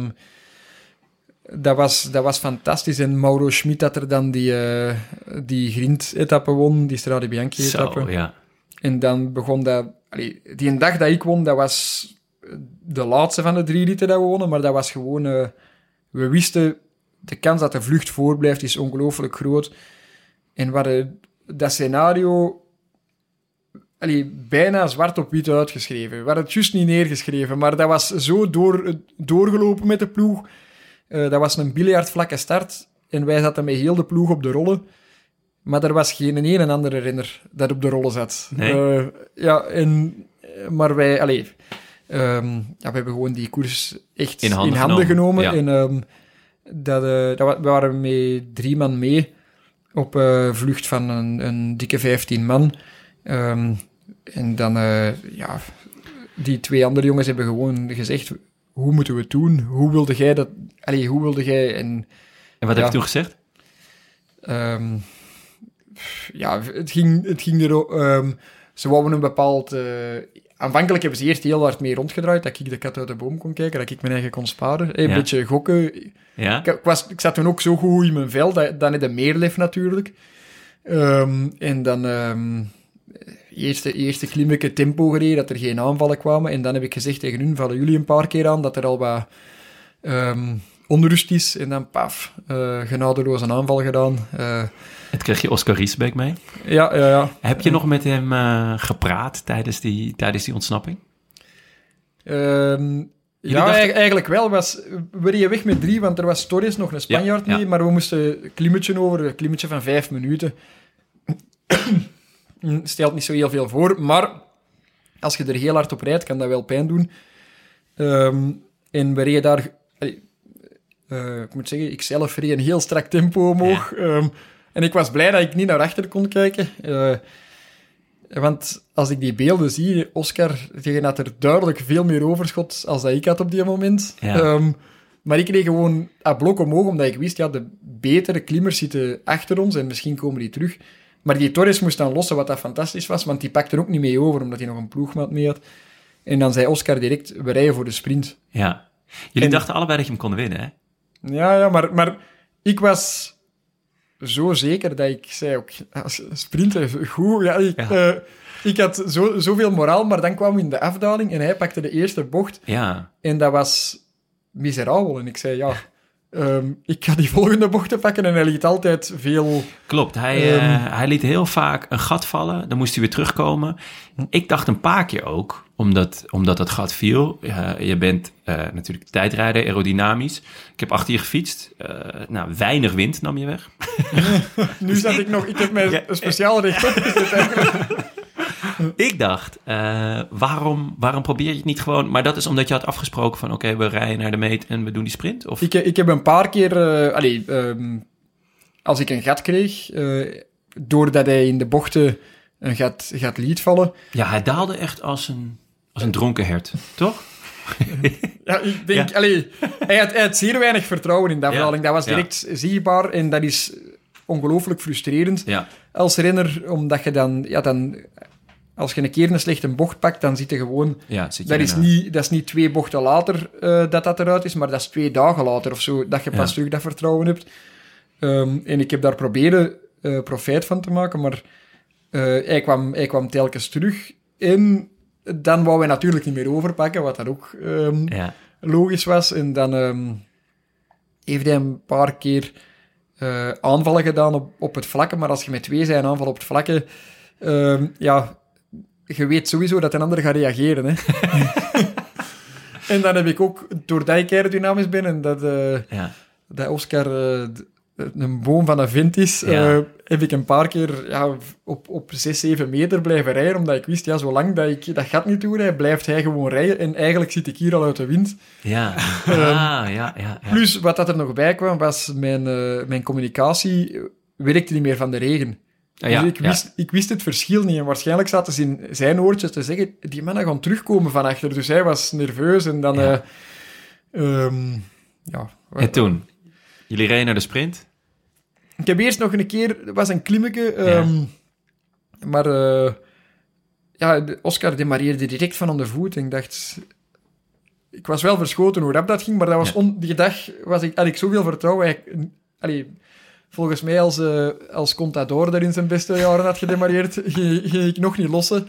Dat was fantastisch. En Mauro Schmid had er dan die grind-etappe won, die Strade Bianchi-etappe. Ja. En dan begon dat... die dag dat ik won, dat was de laatste van de 3 ritten dat we wonnen, maar dat was gewoon... we wisten, de kans dat de vlucht voorblijft is ongelooflijk groot. En we hadden dat scenario... bijna zwart op wit uitgeschreven. We hadden het juist niet neergeschreven, maar dat was zo doorgelopen met de ploeg... dat was een biljartvlakke start en wij zaten met heel de ploeg op de rollen. Maar er was geen een en andere renner dat op de rollen zat. Nee. Maar wij... we hebben gewoon die koers echt in handen genomen. Ja. En we waren met 3 man mee op vlucht van een dikke 15 man. En dan... die 2 andere jongens hebben gewoon gezegd... Hoe moeten we het doen? Hoe wilde jij dat... hoe wilde jij... En wat heb je toen gezegd? Het ging er... ze wouden een bepaald... aanvankelijk hebben ze eerst heel hard mee rondgedraaid, dat ik de kat uit de boom kon kijken, dat ik mijn eigen kon sparen. Een beetje gokken. Ja. Ik zat toen ook zo goed in mijn vel, dan had je meer lef natuurlijk. En dan... Eerste klimmetje tempo gereden, dat er geen aanvallen kwamen. En dan heb ik gezegd tegen hun, vallen jullie een paar keer aan, dat er al wat onrust is. En dan, paf, genadeloos een aanval gedaan. Het kreeg je Oscar Riesbeek mee. Ja. Heb je nog met hem gepraat tijdens die ontsnapping? Eigenlijk wel. We reden weg met 3, want er was Torres nog een Spanjaard mee, maar we moesten een klimmetje van 5 minuten... Stelt niet zo heel veel voor, maar als je er heel hard op rijdt, kan dat wel pijn doen. En we reden daar... ik moet zeggen, ik zelf reed een heel strak tempo omhoog. Ja. En ik was blij dat ik niet naar achter kon kijken. Want als ik die beelden zie, Oscar had er duidelijk veel meer overschot als dat ik had op die moment. Ja. Maar ik reed gewoon een blok omhoog, omdat ik wist, de betere klimmers zitten achter ons en misschien komen die terug. Maar die Torres moest dan lossen, wat dat fantastisch was, want die pakte er ook niet mee over, omdat hij nog een ploegmaat mee had. En dan zei Oscar direct, we rijden voor de sprint. Ja. Jullie dachten allebei dat je hem kon winnen, hè? Ja, maar ik was zo zeker dat ik zei, ook, sprinten, goed. Ja, ik had zoveel moraal, maar dan kwam we in de afdaling en hij pakte de eerste bocht. Ja. En dat was miserabel. En ik zei, ik ga die volgende bochten pakken en hij liet altijd veel... Klopt, hij liet heel vaak een gat vallen, dan moest hij weer terugkomen. Ik dacht een paar keer ook, omdat het gat viel. Je bent natuurlijk tijdrijder, aerodynamisch. Ik heb achter je gefietst. Weinig wind nam je weg. Nu zat ik heb mij speciaal rechtop gezet eigenlijk. Ik dacht, waarom probeer je het niet gewoon... Maar dat is omdat je had afgesproken van... Oké, we rijden naar de meet en we doen die sprint? Of? Ik heb een paar keer... als ik een gat kreeg... doordat hij in de bochten een gat liet vallen... Ja, hij daalde echt als een dronken hert, toch? Ja, ik denk... Ja. Hij had zeer weinig vertrouwen in dat verhaling. Dat was direct zichtbaar en dat is ongelooflijk frustrerend als renner, omdat je dan... Als je een keer een slechte bocht pakt, dan zit je gewoon... dat is niet 2 bochten later dat eruit is, maar dat is 2 dagen later of zo, dat je pas terug dat vertrouwen hebt. En ik heb daar proberen profijt van te maken, maar hij kwam telkens terug. En dan wou hij natuurlijk niet meer overpakken, wat dat ook logisch was. En dan heeft hij een paar keer aanvallen gedaan op het vlakke, maar als je met 2 zijn aanval op het vlakke... je weet sowieso dat een ander gaat reageren. Hè? En dan heb ik ook, doordat ik aerodynamisch ben en dat Oscar een boom van een vent is, heb ik een paar keer op 6-7 meter blijven rijden, omdat ik wist, zolang dat ik dat gat niet doe, blijft hij gewoon rijden. En eigenlijk zit ik hier al uit de wind. Ja. Plus, wat dat er nog bij kwam, was mijn communicatie werkte niet meer van de regen. Dus ik wist het verschil niet. En waarschijnlijk zaten ze in zijn oortjes te zeggen, die mannen gaan terugkomen van achter. Dus hij was nerveus en dan... En toen? Jullie reden naar de sprint? Ik heb eerst nog een keer... Het was een klimmetje. Maar... Oscar demareerde direct van onder voet. En ik dacht... Ik was wel verschoten hoe rap dat ging, maar dat was die dag had ik zoveel vertrouwen. Volgens mij, als Contador daar in zijn beste jaren had gedemareerd, ging ik nog niet lossen.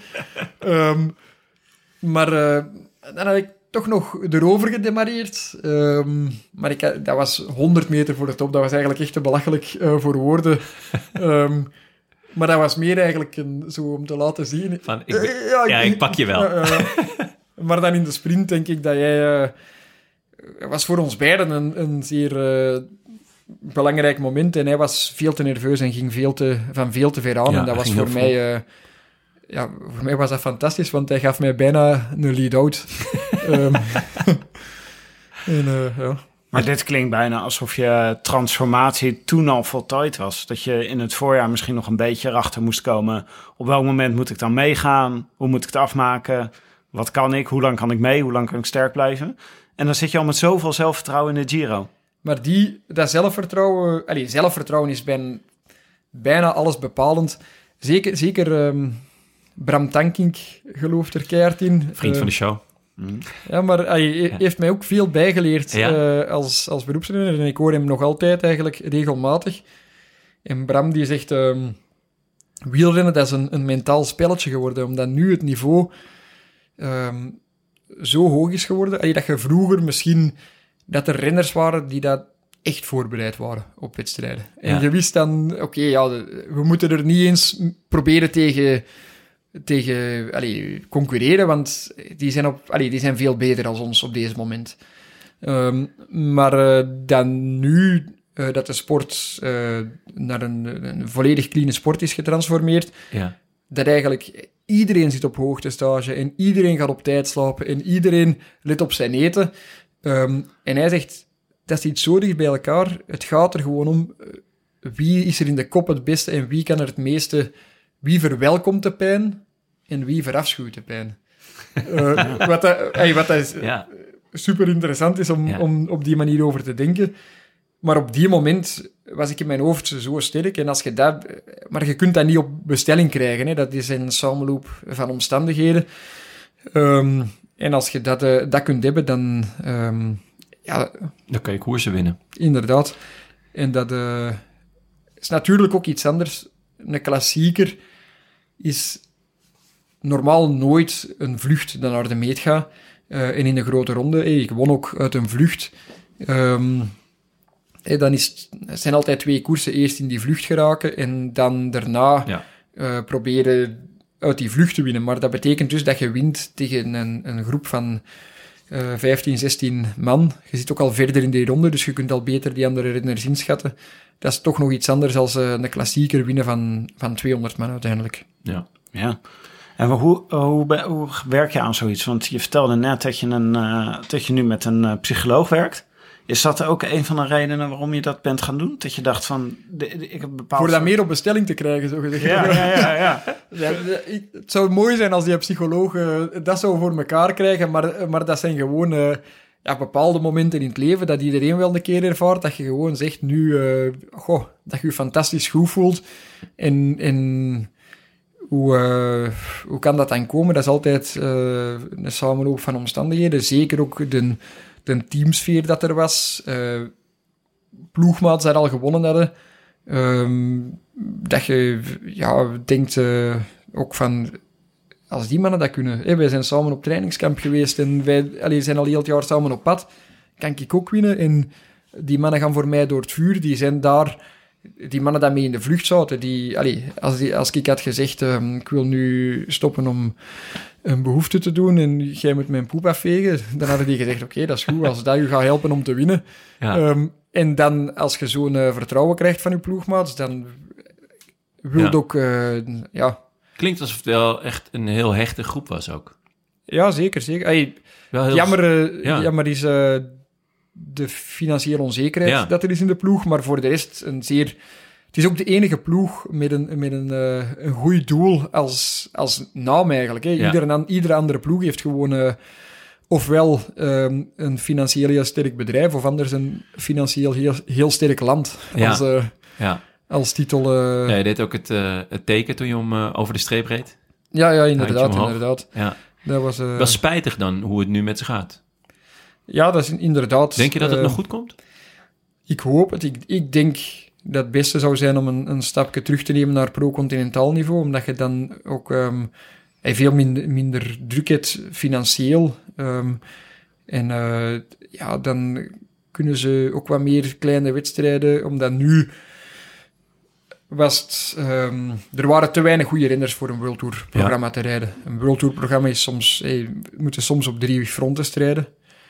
Maar dan had ik toch nog erover gedemareerd. Maar dat was 100 meter voor de top. Dat was eigenlijk echt te belachelijk voor woorden. Maar dat was meer eigenlijk zo om te laten zien. Ik pak je wel. Maar dan in de sprint denk ik dat jij... was voor ons beiden een zeer... belangrijk moment en hij was veel te nerveus en ging van veel te ver aan. En dat was voor mij... voor mij was dat fantastisch, want hij gaf mij bijna een lead-out. Maar dit klinkt bijna alsof je transformatie toen al voltooid was. Dat je in het voorjaar misschien nog een beetje erachter moest komen. Op welk moment moet ik dan meegaan? Hoe moet ik het afmaken? Wat kan ik? Hoe lang kan ik mee? Hoe lang kan ik sterk blijven? En dan zit je al met zoveel zelfvertrouwen in de Giro. Maar dat zelfvertrouwen... zelfvertrouwen is bijna alles bepalend. Zeker Bram Tankink gelooft er keihard in. Vriend van de show. Ja, maar hij heeft mij ook veel bijgeleerd als beroepsrenner. En ik hoor hem nog altijd eigenlijk regelmatig. En Bram die zegt... wielrennen, dat is een mentaal spelletje geworden. Omdat nu het niveau zo hoog is geworden. Dat je vroeger misschien... dat er renners waren die dat echt voorbereid waren op wedstrijden. En je wist dan, we moeten er niet eens proberen tegen concurreren, want die zijn veel beter dan ons op deze moment. Maar dan nu dat de sport naar een volledig clean sport is getransformeerd, dat eigenlijk iedereen zit op hoogtestage en iedereen gaat op tijd slapen en iedereen let op zijn eten. En hij zegt, dat is iets zo dicht bij elkaar. Het gaat er gewoon om, wie is er in de kop het beste en wie kan er het meeste... Wie verwelkomt de pijn en wie verafschuwt de pijn. Wat dat super interessant is om op die manier over te denken. Maar op die moment was ik in mijn hoofd zo sterk. En als je dat... Maar je kunt dat niet op bestelling krijgen. Hè. Dat is een samenloop van omstandigheden. En als je dat kunt hebben, dan... dan kan je koersen winnen. Inderdaad. En dat is natuurlijk ook iets anders. Een klassieker is normaal nooit een vlucht dat naar de meet gaat. En in de grote ronde, ik won ook uit een vlucht. Dan zijn altijd 2 koersen. Eerst in die vlucht geraken en dan daarna proberen uit die vlucht te winnen. Maar dat betekent dus dat je wint tegen een groep van 15, 16 man. Je zit ook al verder in die ronde, dus je kunt al beter die andere renners inschatten. Dat is toch nog iets anders dan een klassieker winnen van 200 man uiteindelijk. Ja. En hoe werk je aan zoiets? Want je vertelde net dat je nu met een psycholoog werkt. Is dat ook een van de redenen waarom je dat bent gaan doen? Dat je dacht van... ik heb bepaald Voor dat meer op bestelling te krijgen, zo gezegd. Ja. Het zou mooi zijn als die psychologen dat zo voor elkaar krijgen, maar dat zijn gewoon bepaalde momenten in het leven dat iedereen wel een keer ervaart, dat je gewoon zegt nu, dat je je fantastisch goed voelt. En hoe kan dat dan komen? Dat is altijd een samenloop van omstandigheden. Zeker ook de teamsfeer dat er was. Ploegmaats dat al gewonnen hadden. Dat je denkt ook van... Als die mannen dat kunnen... wij zijn samen op trainingskamp geweest en wij zijn al heel het jaar samen op pad. Kan ik ook winnen? En die mannen gaan voor mij door het vuur. Die zijn daar... Die mannen die mee in de vlucht zaten, als ik had gezegd, ik wil nu stoppen om een behoefte te doen en jij moet mijn poep afvegen, dan hadden die gezegd, oké, dat is goed, als dat je gaat helpen om te winnen. Ja. En dan, als je zo'n vertrouwen krijgt van je ploegmaats, dan wil je ook, Klinkt alsof het wel echt een heel hechte groep was ook. Ja, zeker. Hey, jammer is... de financiële onzekerheid dat er is in de ploeg, maar voor de rest Het is ook de enige ploeg met een goed doel als naam eigenlijk. Hè. Ja. Iedere andere ploeg heeft gewoon ofwel een financieel heel sterk bedrijf, of anders een financieel heel sterk land als titel. Ja, je deed ook het teken toen je hem over de streep reed. Ja, inderdaad. Ja. Dat was wel spijtig dan hoe het nu met ze gaat. Ja, dat is inderdaad... Denk je dat het nog goed komt? Ik hoop het. Ik denk dat het beste zou zijn om een stapje terug te nemen naar pro-continentaal niveau, omdat je dan ook veel minder druk hebt financieel. Dan kunnen ze ook wat meer kleine wedstrijden, omdat nu was het... er waren te weinig goede renners voor een World Tour programma te rijden. Een World Tour programma is soms... moeten soms op 3 fronten strijden.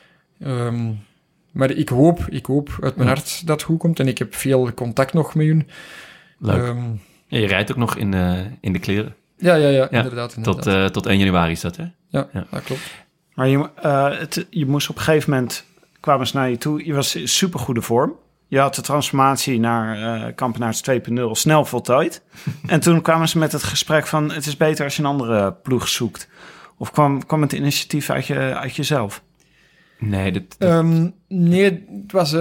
Maar ik hoop uit mijn hart dat het goed komt. En ik heb veel contact nog met hun. Leuk. Je rijdt ook nog in de kleren. Ja, inderdaad. Tot 1 januari is dat, hè? Ja, dat klopt. Maar je moest op een gegeven moment... kwamen ze naar je toe. Je was in supergoede vorm. Je had de transformatie naar Kampenaerts 2.0 snel voltooid. En toen kwamen ze met het gesprek van... het is beter als je een andere ploeg zoekt. Of kwam het initiatief uit jezelf? Nee, het was...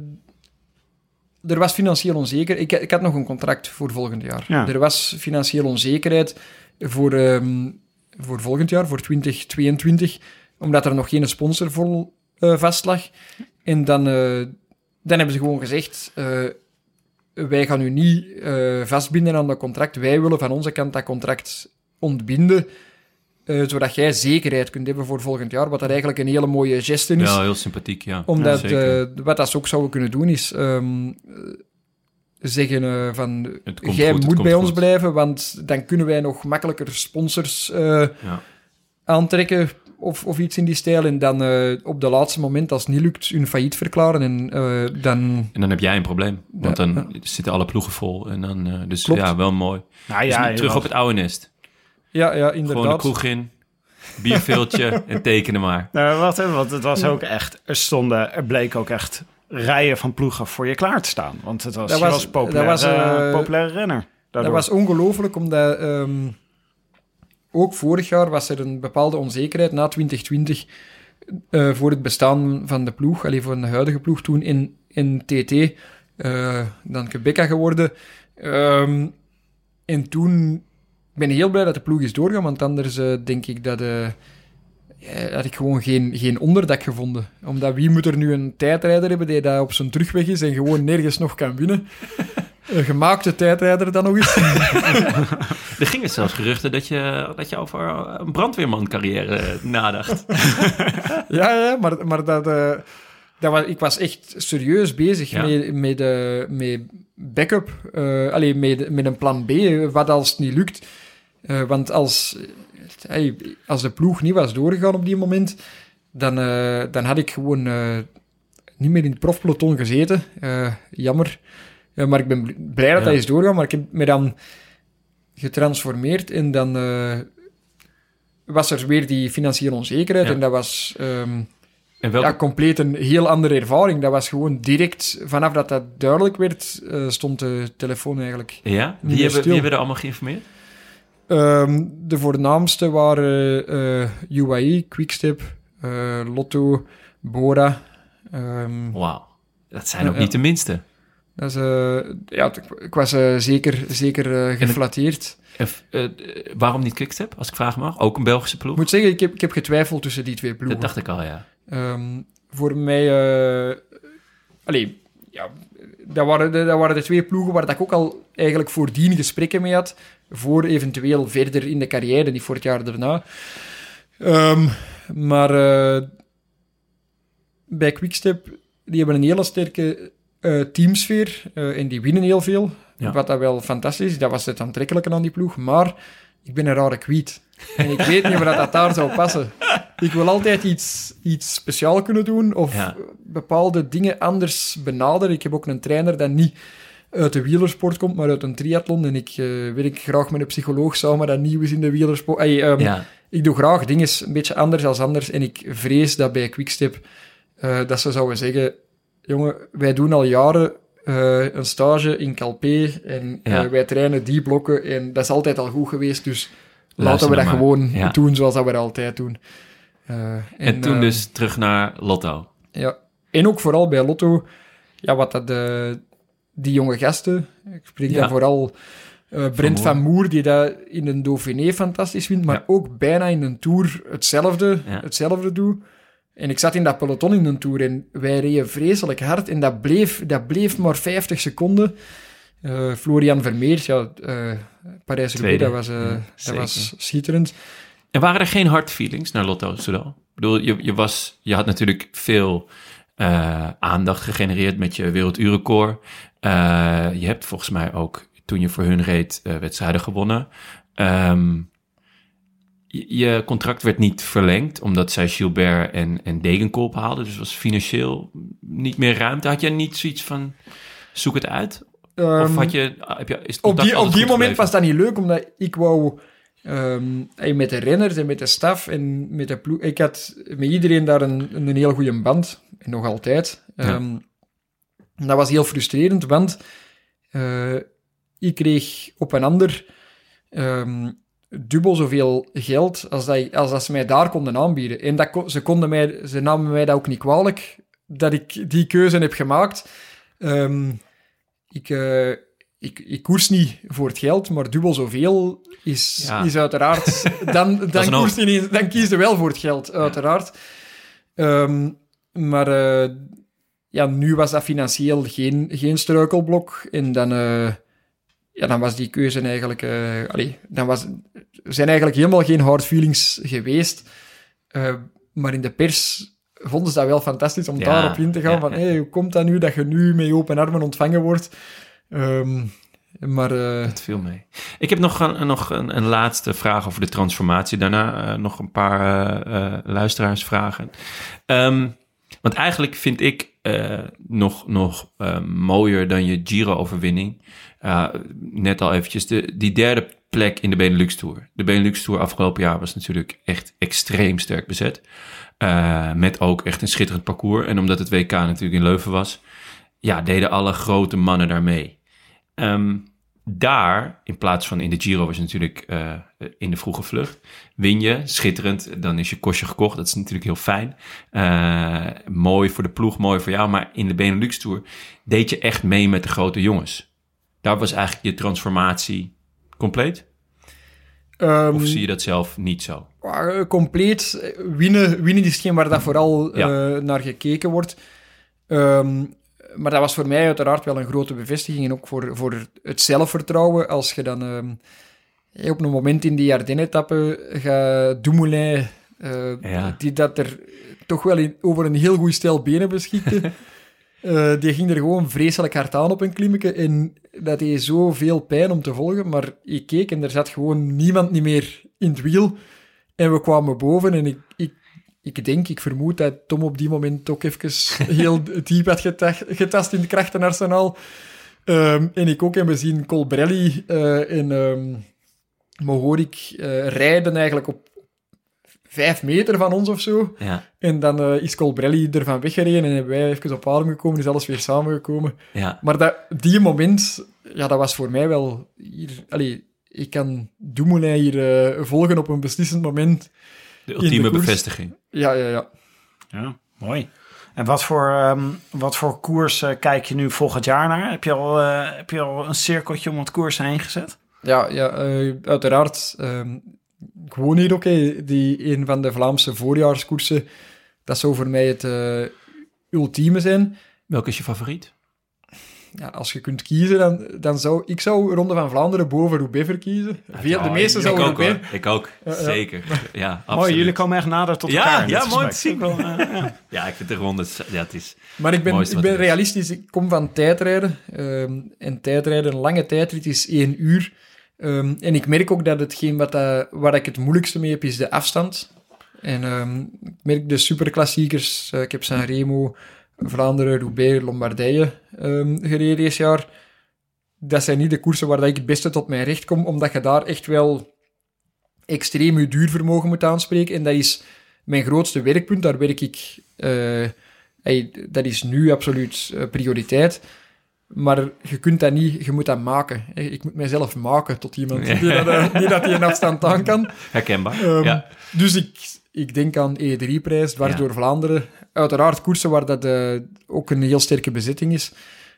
Er was financieel onzeker. Ik had nog een contract voor volgend jaar. Ja. Er was financieel onzekerheid voor volgend jaar, voor 2022, omdat er nog geen sponsor voor vast lag. En dan hebben ze gewoon gezegd... wij gaan u niet vastbinden aan dat contract. Wij willen van onze kant dat contract ontbinden... zodat jij zekerheid kunt hebben voor volgend jaar, wat dat eigenlijk een hele mooie geste is. Ja, heel sympathiek, ja. Omdat wat dat ze ook zouden kunnen doen is zeggen van jij moet bij ons blijven, want dan kunnen wij nog makkelijker sponsors aantrekken of iets in die stijl. En dan op de laatste moment, als het niet lukt, hun failliet verklaren. En dan heb jij een probleem, want dan zitten alle ploegen vol. En dan, dus Klopt. ja, wel mooi. Nou, dus terug op het oude nest. Ja, inderdaad. Gewoon de kroeg in, bierveeltje en tekenen maar. Nou, wacht even, want het was ook echt... Er bleek ook echt rijen van ploegen voor je klaar te staan. Want je was populaire renner. Daardoor. Dat was ongelooflijk, omdat ook vorig jaar was er een bepaalde onzekerheid na 2020 voor het bestaan van de ploeg, voor de huidige ploeg toen in TT, dan Quebeca geworden. En toen... Ik ben heel blij dat de ploeg is doorgaan, want anders denk ik dat had ik gewoon geen onderdak gevonden. Omdat wie moet er nu een tijdrijder hebben die daar op zijn terugweg is en gewoon nergens nog kan winnen? Een gemaakte tijdrijder dan nog eens. Er gingen zelfs geruchten dat je over een brandweerman-carrière nadacht. Ja, maar ik was echt serieus bezig met backup. Met een plan B, wat als het niet lukt. Want als de ploeg niet was doorgegaan op die moment, dan had ik gewoon niet meer in het profpeloton gezeten. Jammer. Maar ik ben blij dat hij is doorgegaan, maar ik heb me dan getransformeerd en dan was er weer die financiële onzekerheid. Ja. En dat was En welke... compleet een heel andere ervaring. Dat was gewoon direct, vanaf dat duidelijk werd, stond de telefoon eigenlijk. Ja? Niet Wie meer stil. hebben er allemaal geïnformeerd? De voornaamste waren UAE, Quickstep, Lotto, Bora. Wauw. Dat zijn ook niet de minste. Dat is, ik was zeker geflatteerd. Waarom niet Quickstep, als ik vragen mag? Ook een Belgische ploeg? Ik moet zeggen, ik heb getwijfeld tussen die twee ploegen. Dat dacht ik al, ja. Voor mij... dat waren de twee ploegen waar ik ook al eigenlijk voordien gesprekken mee had, voor eventueel verder in de carrière, niet voor het jaar daarna. Maar bij Quickstep, die hebben een hele sterke teamsfeer en die winnen heel veel. Ja. Wat dat wel fantastisch is. Dat was het aantrekkelijke aan die ploeg. Maar ik ben een rare kwiet. En ik weet niet of dat daar zou passen. Ik wil altijd iets speciaal kunnen doen of bepaalde dingen anders benaderen. Ik heb ook een trainer dat niet uit de wielersport komt, maar uit een triathlon. En ik werk graag met een psycholoog samen dat nieuw is in de wielersport. Ik doe graag dingen een beetje anders dan anders. En ik vrees dat bij Quickstep dat ze zouden zeggen... Jongen, wij doen al jaren een stage in Calpe en wij trainen die blokken en dat is altijd al goed geweest, dus laten we dat gewoon doen zoals dat we dat altijd doen. En toen dus terug naar Lotto. Ja, en ook vooral bij Lotto, die jonge gasten, ik spreek dan vooral Brent van Moer, die dat in een Dauphiné fantastisch vindt, maar ook bijna in een Tour hetzelfde doet. En ik zat in dat peloton in een Tour en wij reden vreselijk hard en dat bleef maar 50 seconden. Florian Vermeers, Parijs-Roubaix, dat was schitterend. En waren er geen hard feelings naar Lotto Soudal? Ik bedoel, je had natuurlijk veel aandacht gegenereerd met je werelduurrecord. Je hebt volgens mij ook, toen je voor hun reed, wedstrijden gewonnen. Je contract werd niet verlengd, omdat zij Gilbert en Degenkolb haalden. Dus was financieel niet meer ruimte. Had jij niet zoiets van, zoek het uit? Of is het op die moment was dat niet leuk, omdat ik wou... met de renners en met de staf en met de ploeg... Ik had met iedereen daar een heel goede band. En nog altijd. Dat was heel frustrerend, want ik kreeg op een ander... dubbel zoveel geld als dat ze mij daar konden aanbieden. En ze namen mij dat ook niet kwalijk, dat ik die keuze heb gemaakt. Ik koers niet voor het geld, maar dubbel zoveel is uiteraard... Dan kies je wel voor het geld, uiteraard. Maar nu was dat financieel geen struikelblok. En dan was die keuze eigenlijk... Er zijn eigenlijk helemaal geen hard feelings geweest. Maar in de pers vonden ze dat wel fantastisch om daarop in te gaan. Hoe komt dat nu dat je nu met open armen ontvangen wordt? Het viel mee. Ik heb nog een laatste vraag over de transformatie. Daarna nog een paar luisteraarsvragen. Want eigenlijk vind ik nog mooier dan je Giro-overwinning. Net al eventjes die derde plek in de Benelux Tour. De Benelux Tour afgelopen jaar was natuurlijk echt extreem sterk bezet. Met ook echt een schitterend parcours. En omdat het WK natuurlijk in Leuven was, deden alle grote mannen daar mee. Daar, in plaats van in de Giro, was je natuurlijk in de vroege vlucht. Win je, schitterend, dan is je kostje gekocht. Dat is natuurlijk heel fijn. Mooi voor de ploeg, mooi voor jou. Maar in de Benelux Tour deed je echt mee met de grote jongens. Daar was eigenlijk je transformatie compleet? Of zie je dat zelf niet zo? Compleet. Winnen is hetgeen waar dat vooral naar gekeken wordt. Maar dat was voor mij uiteraard wel een grote bevestiging. En ook voor het zelfvertrouwen. Als je dan op een moment in die Ardennen-etappe gaat Dumoulin... die dat er toch wel over een heel goed stel benen beschikte... die ging er gewoon vreselijk hard aan op een klimmetje en dat deed zoveel pijn om te volgen, maar ik keek en er zat gewoon niemand niet meer in het wiel en we kwamen boven en ik vermoed dat Tom op die moment ook even heel diep had getast in het krachtenarsenaal. En ik ook, en we zien Colbrelli en Mohoric rijden eigenlijk 5 meter van ons of zo. Ja. En dan is Colbrelli ervan weggereden en hebben wij even op adem gekomen, is alles weer samengekomen. Ja. Maar die moment, dat was voor mij wel... ik kan Dumoulin hier volgen op een beslissend moment. De ultieme koers. bevestiging. Ja. Ja, mooi. En wat voor koers kijk je nu volgend jaar naar? Heb je al een cirkeltje om het koers heen gezet? Ja, uiteraard. Ik woon hier ook, een van de Vlaamse voorjaarskoersen. Dat zou voor mij het ultieme zijn. Welke is je favoriet? Ja, als je kunt kiezen, dan zou ik Ronde van Vlaanderen boven Roubaix verkiezen. De meeste zouden Roubaix. Ik ook, zeker. Ja, absoluut. Mooi, jullie komen echt nader tot elkaar. Ja, mooi te zien. Ja, ik vind de ronde... Ja, het is... Maar ik ben realistisch. Ik kom van tijdrijden. En tijdrijden, een lange tijdrit is 1 uur. En ik merk ook dat hetgeen waar ik het moeilijkste mee heb, is de afstand. En ik merk de superklassiekers. Ik heb Sanremo, Vlaanderen, Roubaix, Lombardije gereden dit jaar. Dat zijn niet de koersen waar ik het beste tot mijn recht kom, omdat je daar echt wel extreem je duurvermogen moet aanspreken. En dat is mijn grootste werkpunt. Daar werk ik... dat is nu absoluut prioriteit. Maar je kunt dat niet... Je moet dat maken. Ik moet mijzelf maken tot iemand die dat die een afstand aan kan. Herkenbaar, ja. Dus ik denk aan E3-prijs, dwars door Vlaanderen. Uiteraard koersen waar dat ook een heel sterke bezetting is.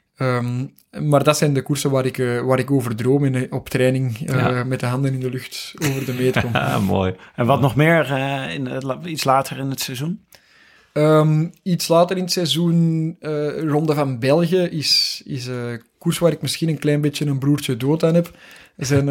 Maar dat zijn de koersen waar ik over droom op training, met de handen in de lucht over de meet kom. Mooi. En wat nog meer iets later in het seizoen? Iets later in het seizoen, Ronde van België, is een koers waar ik misschien een klein beetje een broertje dood aan heb. Er zijn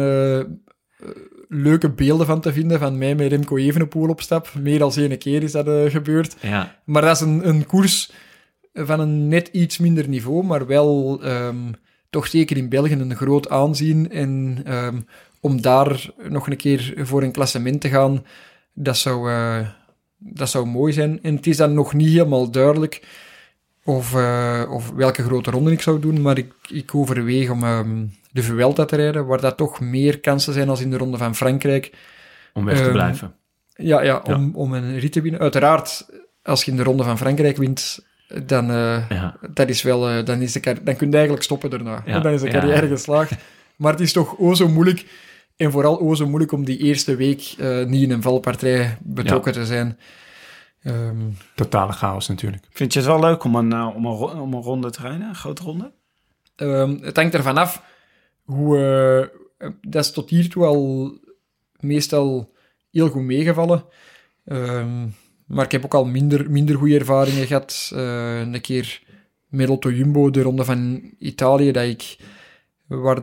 leuke beelden van te vinden van mij met Remco Evenepoel op stap. Meer dan 1 keer is dat gebeurd. Ja. Maar dat is een koers van een net iets minder niveau, maar wel toch zeker in België een groot aanzien. En om daar nog een keer voor een klassement te gaan, dat zou mooi zijn. En het is dan nog niet helemaal duidelijk of welke grote ronde ik zou doen, maar ik overweeg om de Vuelta te rijden, waar dat toch meer kansen zijn als in de Ronde van Frankrijk. Om weg te blijven. Om een rit te winnen. Uiteraard, als je in de Ronde van Frankrijk wint, dan, dat is wel, dan kun je eigenlijk stoppen daarna. Ja. Dan is de carrière geslaagd. Maar het is toch zo moeilijk, en vooral zo moeilijk om die eerste week niet in een valpartij betrokken te zijn. Totale chaos natuurlijk. Vind je het wel leuk om een ronde te rijden, een grote ronde? Het hangt ervan af hoe... dat is tot hiertoe al meestal heel goed meegevallen. Maar ik heb ook al minder goede ervaringen gehad. Een keer met Lotto Jumbo, de Ronde van Italië, waar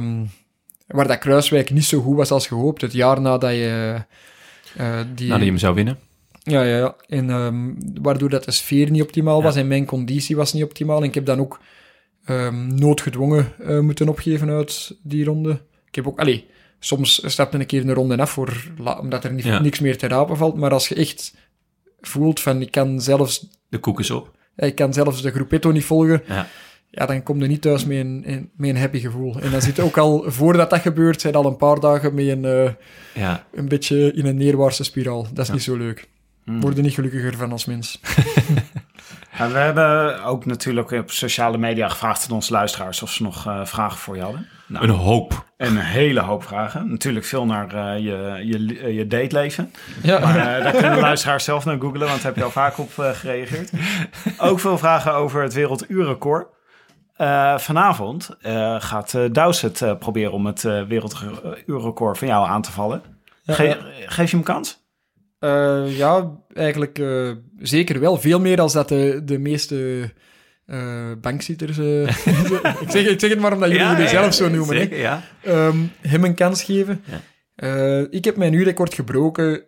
dat Kruiswijk niet zo goed was als gehoopt. Het jaar nadat je... Nadat je hem zou winnen. Ja. En waardoor dat de sfeer niet optimaal was en mijn conditie was niet optimaal. En ik heb dan ook noodgedwongen moeten opgeven uit die ronde. Ik heb ook... soms stapte een keer een ronde af, omdat er niks meer te rapen valt. Maar als je echt voelt van, ik kan zelfs... De koek is op. Ik kan zelfs de Gruppetto niet volgen. Ja, dan kom je niet thuis met een happy gevoel. En dan zit je ook al, voordat dat gebeurt, zijn al een paar dagen met een beetje in een neerwaartse spiraal. Dat is niet zo leuk. Word er niet gelukkiger van als mens. Ja, we hebben ook natuurlijk op sociale media gevraagd aan onze luisteraars of ze nog vragen voor je hadden. Nou, een hoop. Een hele hoop vragen. Natuurlijk veel naar je dateleven. Ja. Maar daar kunnen de luisteraars zelf naar googlen, want daar heb je al vaak op gereageerd. Ook veel vragen over het werelduurrecord. Vanavond gaat Douws het proberen om het werelduurrecord van jou aan te vallen. Ja, geef je hem kans? Eigenlijk zeker wel. Veel meer dan dat de meeste bankzitters... ik zeg het maar omdat jullie zelf zo noemen. Zeker, ja. Hem een kans geven. Ja. Ik heb mijn uurrecord gebroken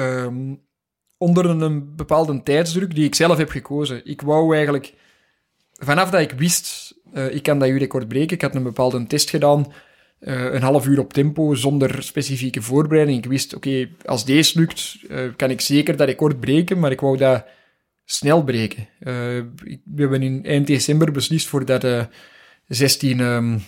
onder een bepaalde tijdsdruk die ik zelf heb gekozen. Ik wou eigenlijk... Vanaf dat ik wist, ik kan dat uurrecord breken, ik had een bepaalde test gedaan, een half uur op tempo, zonder specifieke voorbereiding. Ik wist, oké, als deze lukt, kan ik zeker dat record breken, maar ik wou dat snel breken. We hebben in eind december beslist voor dat 16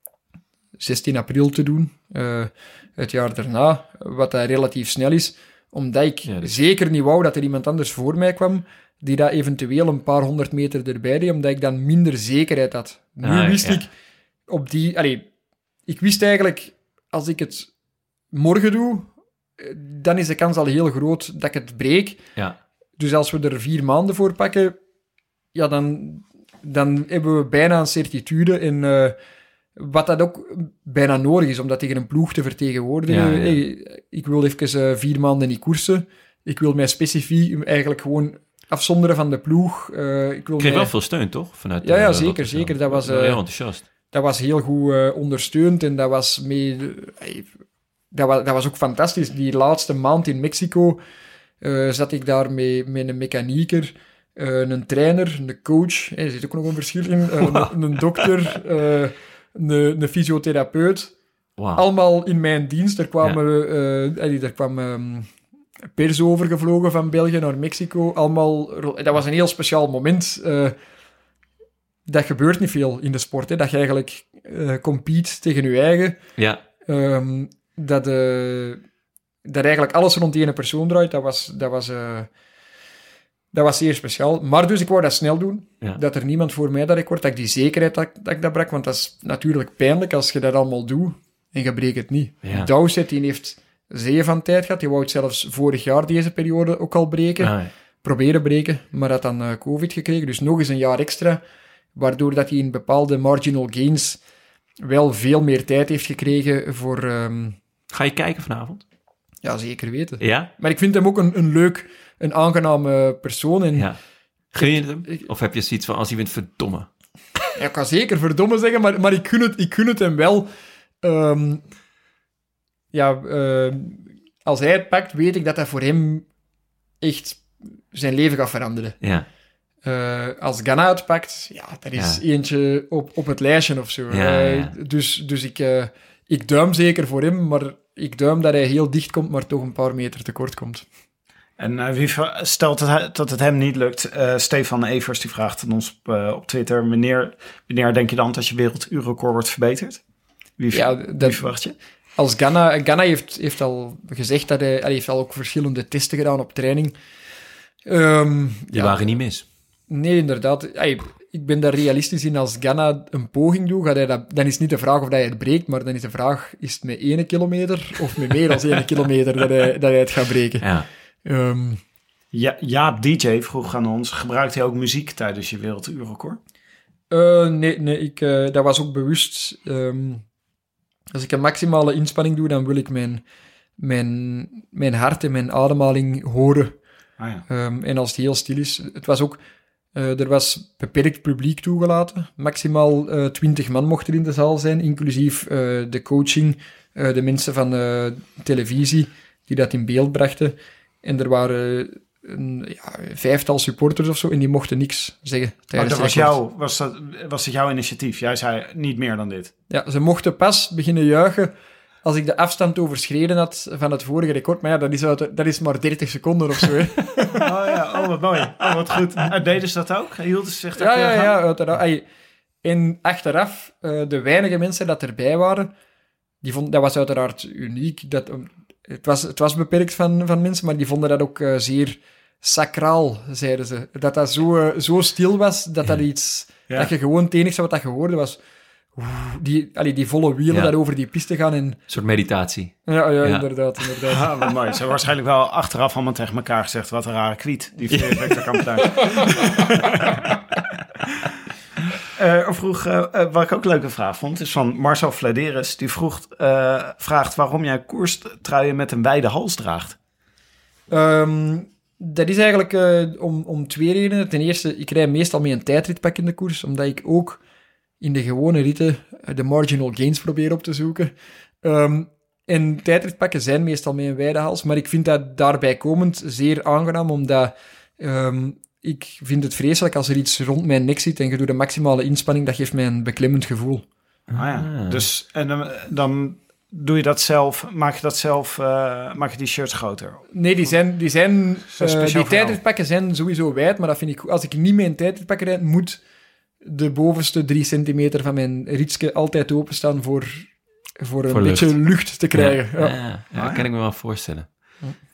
april te doen, het jaar daarna, wat dat relatief snel is, Omdat ik zeker niet wou dat er iemand anders voor mij kwam die dat eventueel een paar 100 meter erbij deed, omdat ik dan minder zekerheid had. Nu wist ik op die... ik wist eigenlijk, als ik het morgen doe, dan is de kans al heel groot dat ik het breek. Ja. Dus als we er 4 maanden voor pakken, ja, dan hebben we bijna een certitude. En wat dat ook bijna nodig is, om dat tegen een ploeg te vertegenwoordigen. Ja. Hey, ik wil even 4 maanden niet koersen. Ik wil mij specifiek eigenlijk gewoon afzonderen van de ploeg. Ik kreeg wel veel steun, toch? Vanuit ja, zeker. Dat was heel enthousiast. Dat was heel goed ondersteund en dat was dat was ook fantastisch. Die laatste maand in Mexico zat ik daar met een mechanieker, een trainer, een coach, er zit ook nog een verschil in, een dokter, een fysiotherapeut. Wow. Allemaal in mijn dienst. Er kwam pers overgevlogen van België naar Mexico. Dat was een heel speciaal moment. Dat gebeurt niet veel in de sport, hè? Dat je eigenlijk compete tegen je eigen. Ja. Dat eigenlijk alles rond die ene persoon draait, dat was zeer speciaal. Maar dus ik wou dat snel doen. Ja. Dat er niemand voor mij dat record, dat ik die zekerheid dat ik dat brak. Want dat is natuurlijk pijnlijk als je dat allemaal doet en je breekt het niet. Ja. Dowsett, die heeft zeer van tijd gehad. Die wou het zelfs vorig jaar deze periode ook al breken. Ah, ja. Proberen breken, maar had dan COVID gekregen. Dus nog eens een jaar extra. Waardoor dat hij in bepaalde marginal gains wel veel meer tijd heeft gekregen voor... Ga je kijken vanavond? Ja, zeker weten. Ja? Maar ik vind hem ook een aangename persoon. En ja. Gun je het hem? Of heb je zoiets van, als hij wint, verdomme? Ja, ik kan zeker verdomme zeggen, maar ik gun het hem wel. Als hij het pakt, weet ik dat dat voor hem echt zijn leven gaat veranderen. Ja. Als Ganna het pakt, ja, dat is eentje op het lijstje of zo. Dus ik duim zeker voor hem, maar ik duim dat hij heel dicht komt, maar toch een paar meter tekort komt. En wie stelt dat het hem niet lukt? Stefan Evers die vraagt aan ons op Twitter, wanneer denk je dan dat je werelduurrecord wordt verbeterd? Wie verwacht je? Als Ganna heeft al gezegd dat hij heeft al ook verschillende testen gedaan op training. Die waren niet mis. Nee, inderdaad. Ik ben daar realistisch in. Als Ganna een poging doet, dan is niet de vraag of hij het breekt, maar dan is de vraag, is het met 1 kilometer of met meer dan 1 kilometer dat hij het gaat breken? Ja. DJ vroeg aan ons, gebruikt hij ook muziek tijdens je werelduurrecord? Nee, dat was ook bewust. Als ik een maximale inspanning doe, dan wil ik mijn hart en mijn ademhaling horen. En als het heel stil is... Het was ook... er was beperkt publiek toegelaten. Maximaal 20 man mochten in de zaal zijn, inclusief de coaching, de mensen van televisie die dat in beeld brachten. En er waren een 5-tal supporters of zo, en die mochten niks zeggen. Was het jouw initiatief? Jij zei niet meer dan dit. Ja, ze mochten pas beginnen juichen als ik de afstand overschreden had van het vorige record. Maar ja, dat is maar 30 seconden of zo. Hè. Wat mooi. Wat goed. Deden ze dat ook? Hielden ze zich ja, uiteraard. En achteraf, de weinige mensen dat erbij waren, die vonden, dat was uiteraard uniek. Het was beperkt van mensen, maar die vonden dat ook zeer sacraal, zeiden ze. Dat zo stil was, dat iets... Ja. Dat je gewoon het enigste wat je hoorde was... Die volle wielen daar over die piste gaan. En... Een soort meditatie. Ja, inderdaad. Wat mooi. Ze hebben waarschijnlijk wel achteraf allemaal tegen elkaar gezegd, wat een rare kwiet. Die Victor Kampenuit. Vroeg, wat ik ook een leuke vraag vond, is van Marcel Vladeres. Die vraagt waarom jij koerstruien met een wijde hals draagt. Dat is eigenlijk om 2 redenen. Ten eerste, ik rij meestal met een tijdritpak in de koers, omdat ik ook in de gewone ritten de marginal gains probeer op te zoeken. En tijdritpakken zijn meestal met een wijde hals, maar ik vind dat daarbij komend zeer aangenaam, omdat ik vind het vreselijk als er iets rond mijn nek zit en je doet de maximale inspanning, dat geeft mij een beklemmend gevoel. Dus dan doe je dat zelf, maak je die shirts groter? Nee, die tijdritpakken zijn sowieso wijd, maar dat vind ik goed. Als ik niet met een tijdritpak rijd, moet de bovenste 3 centimeter van mijn rietske altijd openstaan voor een beetje lucht te krijgen. Ja, dat kan ik me wel voorstellen.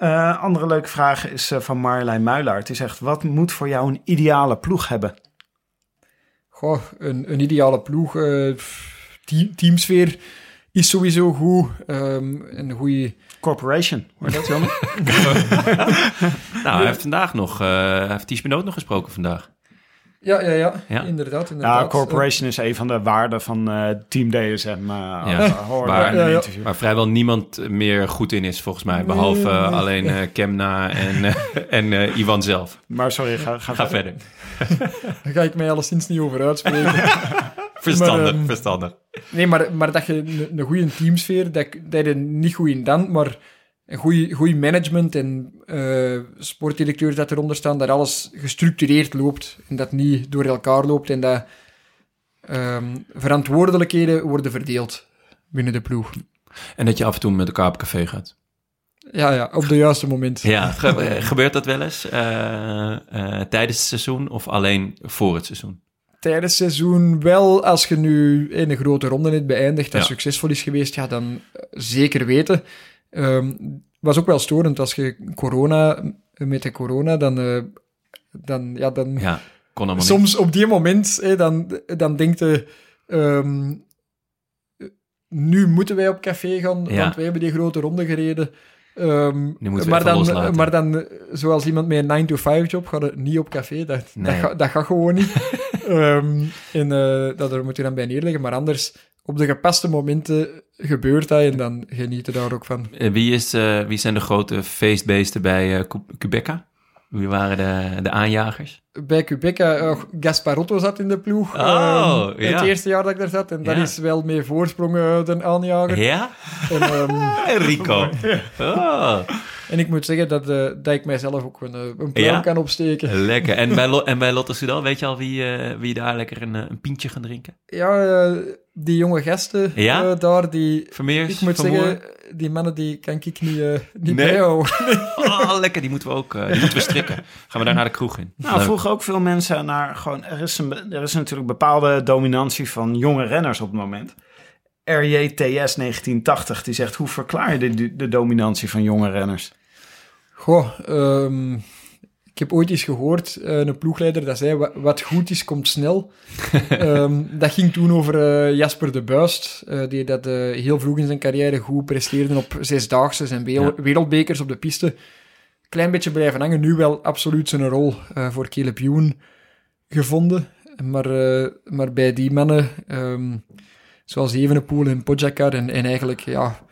Andere leuke vraag is van Marjolein Muilaert. Die zegt, wat moet voor jou een ideale ploeg hebben? Goh, een ideale ploeg. Teamsfeer is sowieso goed. Een goede... Corporation, hoor dat zo? Nou, hij heeft vandaag nog... hij heeft Ties Benoot nog gesproken vandaag. Ja. Inderdaad. Ja, Corporation is een van de waarden van Team DSM. Waar vrijwel niemand meer goed in is, volgens mij. Behalve alleen Kemna en Ivan zelf. Maar sorry, ga verder. Daar ga ik mij alleszins niet over uitspreken. Verstandig. Nee, maar dat je een goede teamsfeer, dat je er niet goed in dan, maar een goede management en sportdirecteurs dat eronder staan, dat alles gestructureerd loopt en dat niet door elkaar loopt en dat verantwoordelijkheden worden verdeeld binnen de ploeg. En dat je af en toe met elkaar op café gaat. Ja, op de juiste moment. Ja, gebeurt dat wel eens tijdens het seizoen of alleen voor het seizoen? Tijdens het seizoen wel, als je nu een grote ronde net beëindigt dat succesvol is geweest, ja, dan zeker weten. Was ook wel storend als je met de corona, dan kon allemaal soms niet. op die moment, dan denk je, nu moeten wij op café gaan, want wij hebben die grote ronde gereden. Nu moeten we even loslaten. Maar dan, zoals iemand met een 9-to-5-job, gaat het niet op café. Dat gaat gewoon niet. Dat moet je dan bij neerleggen. Maar anders, op de gepaste momenten gebeurt dat en dan geniet je daar ook van. Wie zijn de grote feestbeesten bij Qhubeka? Wie waren de aanjagers? Bij Qhubeka, Gasparotto zat in de ploeg. Het eerste jaar dat ik daar zat. En dat is wel mee voorsprong de aanjager. Ja? En Rico. En ik moet zeggen dat ik mijzelf ook een pluim kan opsteken. Lekker. En bij Lotto Soudal, weet je al wie daar lekker een pintje gaan drinken? Ja, die jonge gasten daar, die... Vermeers, ik moet zeggen, die mannen die kan ik niet bijhouden. Oh, lekker, die moeten we strikken. Gaan we daar naar de kroeg in. Nou, vroegen ook veel mensen naar gewoon... Er is natuurlijk bepaalde dominantie van jonge renners op het moment. RJTS 1980, die zegt, hoe verklaar je de dominantie van jonge renners? Goh, ik heb ooit eens gehoord, een ploegleider, dat zei, wat goed is, komt snel. Dat ging toen over Jasper de Buist, die dat heel vroeg in zijn carrière goed presteerde op zesdaagse en wereldbekers op de piste. Klein beetje blijven hangen, nu wel absoluut zijn rol voor Caleb Ewan gevonden. Maar bij die mannen, zoals Evenepoel en Pogacar en eigenlijk,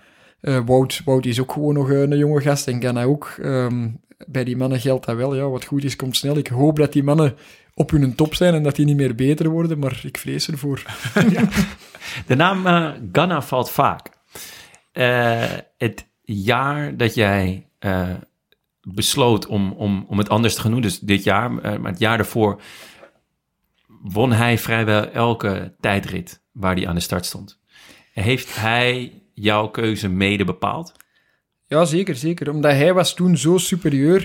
Wout is ook gewoon nog een jonge gast en Ganna ook. Bij die mannen geldt dat wel, wat goed is, komt snel. Ik hoop dat die mannen op hun top zijn en dat die niet meer beter worden, maar ik vrees ervoor. De naam Ganna valt vaak. Het jaar dat jij besloot om het anders te gaan doen, dus dit jaar, maar het jaar daarvoor, won hij vrijwel elke tijdrit waar hij aan de start stond. Heeft hij jouw keuze mede bepaald? Ja, zeker. Omdat hij was toen zo superieur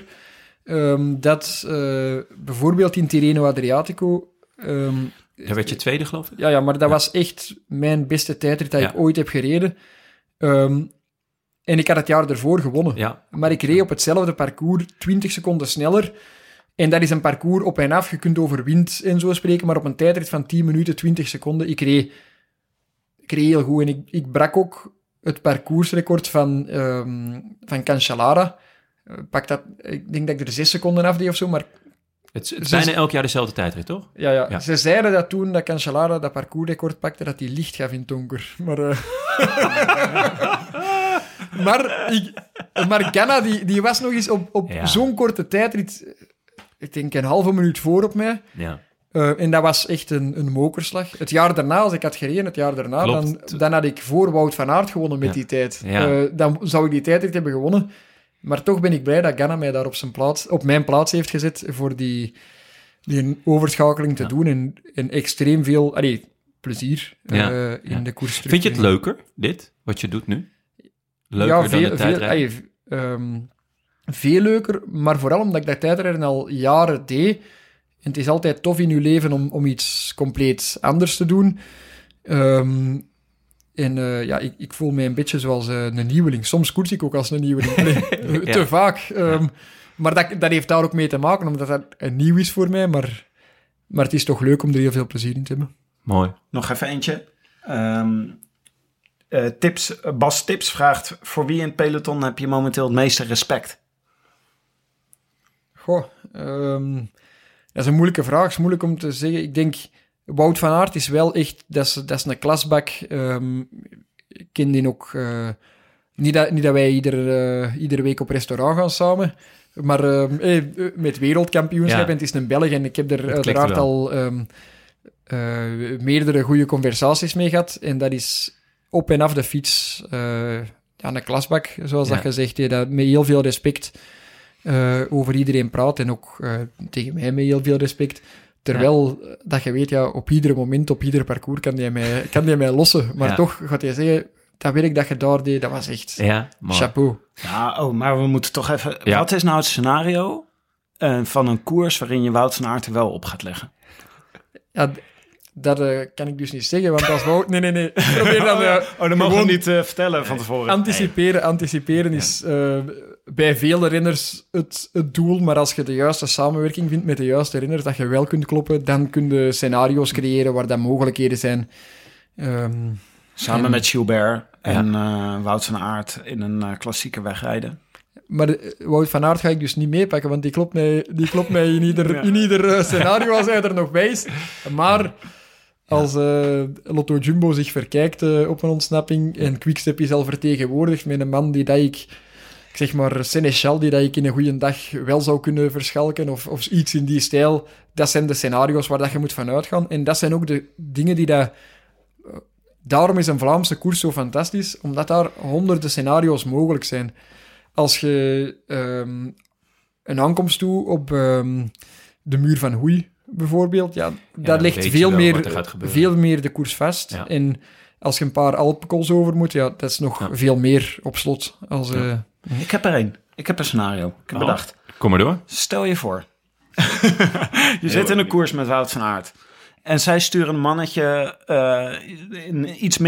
dat bijvoorbeeld in Tirreno Adriatico... Daar werd je tweede, geloof ik? Ja, maar dat was echt mijn beste tijdrit dat ik ooit heb gereden. En ik had het jaar ervoor gewonnen. Ja. Maar ik reed op hetzelfde parcours 20 seconden sneller. En dat is een parcours op en af. Je kunt over wind en zo spreken, maar op een tijdrit van 10 minuten, 20 seconden, ik reed heel goed. En ik brak ook het parcoursrecord van Cancellara. Ik denk dat ik er 6 seconden afdeed of zo, maar... Het is bijna elk jaar dezelfde tijdrit, toch? Ja. Ze zeiden dat toen dat Cancellara dat parcoursrecord pakte, dat hij licht gaf in het donker. Maar Ganna, die was nog eens op zo'n korte tijdrit, ik denk een halve minuut voor op mij. Ja. En dat was echt een mokerslag. Het jaar daarna, als ik had gereden, dan had ik voor Wout van Aert gewonnen met die tijd. Ja. Dan zou ik die tijdrit hebben gewonnen. Maar toch ben ik blij dat Ganna mij daar op mijn plaats heeft gezet voor die overschakeling te doen. En extreem veel plezier in de koers. Vind je het leuker, wat je doet nu? Leuker dan de tijdrijden? Veel leuker, maar vooral omdat ik dat tijdrijden al jaren deed. En het is altijd tof in je leven om iets compleet anders te doen. En ik voel mij een beetje zoals een nieuweling. Soms koers ik ook als een nieuweling. Te vaak. Maar dat heeft daar ook mee te maken, omdat dat nieuw is voor mij. Maar het is toch leuk om er heel veel plezier in te hebben. Mooi. Nog even eentje. Bas Tips vraagt, voor wie in het peloton heb je momenteel het meeste respect? Goh, dat is een moeilijke vraag. Het is moeilijk om te zeggen. Ik denk, Wout van Aert is wel echt, dat is een klasbak. Ik ken die ook... Niet dat wij iedere week op restaurant gaan samen, maar met wereldkampioenschap, en het is een Belg en ik heb er uiteraard al meerdere goede conversaties mee gehad. En dat is op en af de fiets een klasbak, zoals dat gezegd. Dat met heel veel respect over iedereen praat en ook tegen mij met heel veel respect. Terwijl dat je weet, op ieder moment, op ieder parcours kan die mij lossen. Maar toch gaat hij zeggen, dat werk dat je daar deed, dat was echt chapeau. Ja, maar we moeten toch even... Ja. Wat is nou het scenario van een koers waarin je Wout van Aert er wel op gaat leggen? Ja, dat kan ik dus niet zeggen, want als Wout... Nee. Probeer dan... dat mogen we niet vertellen van tevoren. Anticiperen is bij vele renners het doel, maar als je de juiste samenwerking vindt met de juiste renners, dat je wel kunt kloppen, dan kun je scenario's creëren waar dat mogelijkheden zijn. Samen met Gilbert en Wout van Aert in een klassieke wegrijden. Maar Wout van Aert ga ik dus niet meepakken, want die klopt mij in ieder scenario als hij er nog bij is. Maar als Lotto Jumbo zich verkijkt op een ontsnapping en Quickstep is al vertegenwoordigd met een man die dat ik zeg maar Sénéchal, die dat ik in een goede dag wel zou kunnen verschalken of iets in die stijl, dat zijn de scenario's waar dat je moet van uitgaan. En dat zijn ook de dingen die dat... Daarom is een Vlaamse koers zo fantastisch, omdat daar honderden scenario's mogelijk zijn. Als je een aankomst doet op de muur van Hoei, bijvoorbeeld, dat legt veel meer de koers vast. Ja. En als je een paar Alpenkools over moet, dat is nog veel meer op slot. Ik heb er één. Ik heb een scenario. Ik heb bedacht. Kom maar door. Stel je voor. Je zit in een koers met Wout van Aert. En zij sturen een mannetje in iets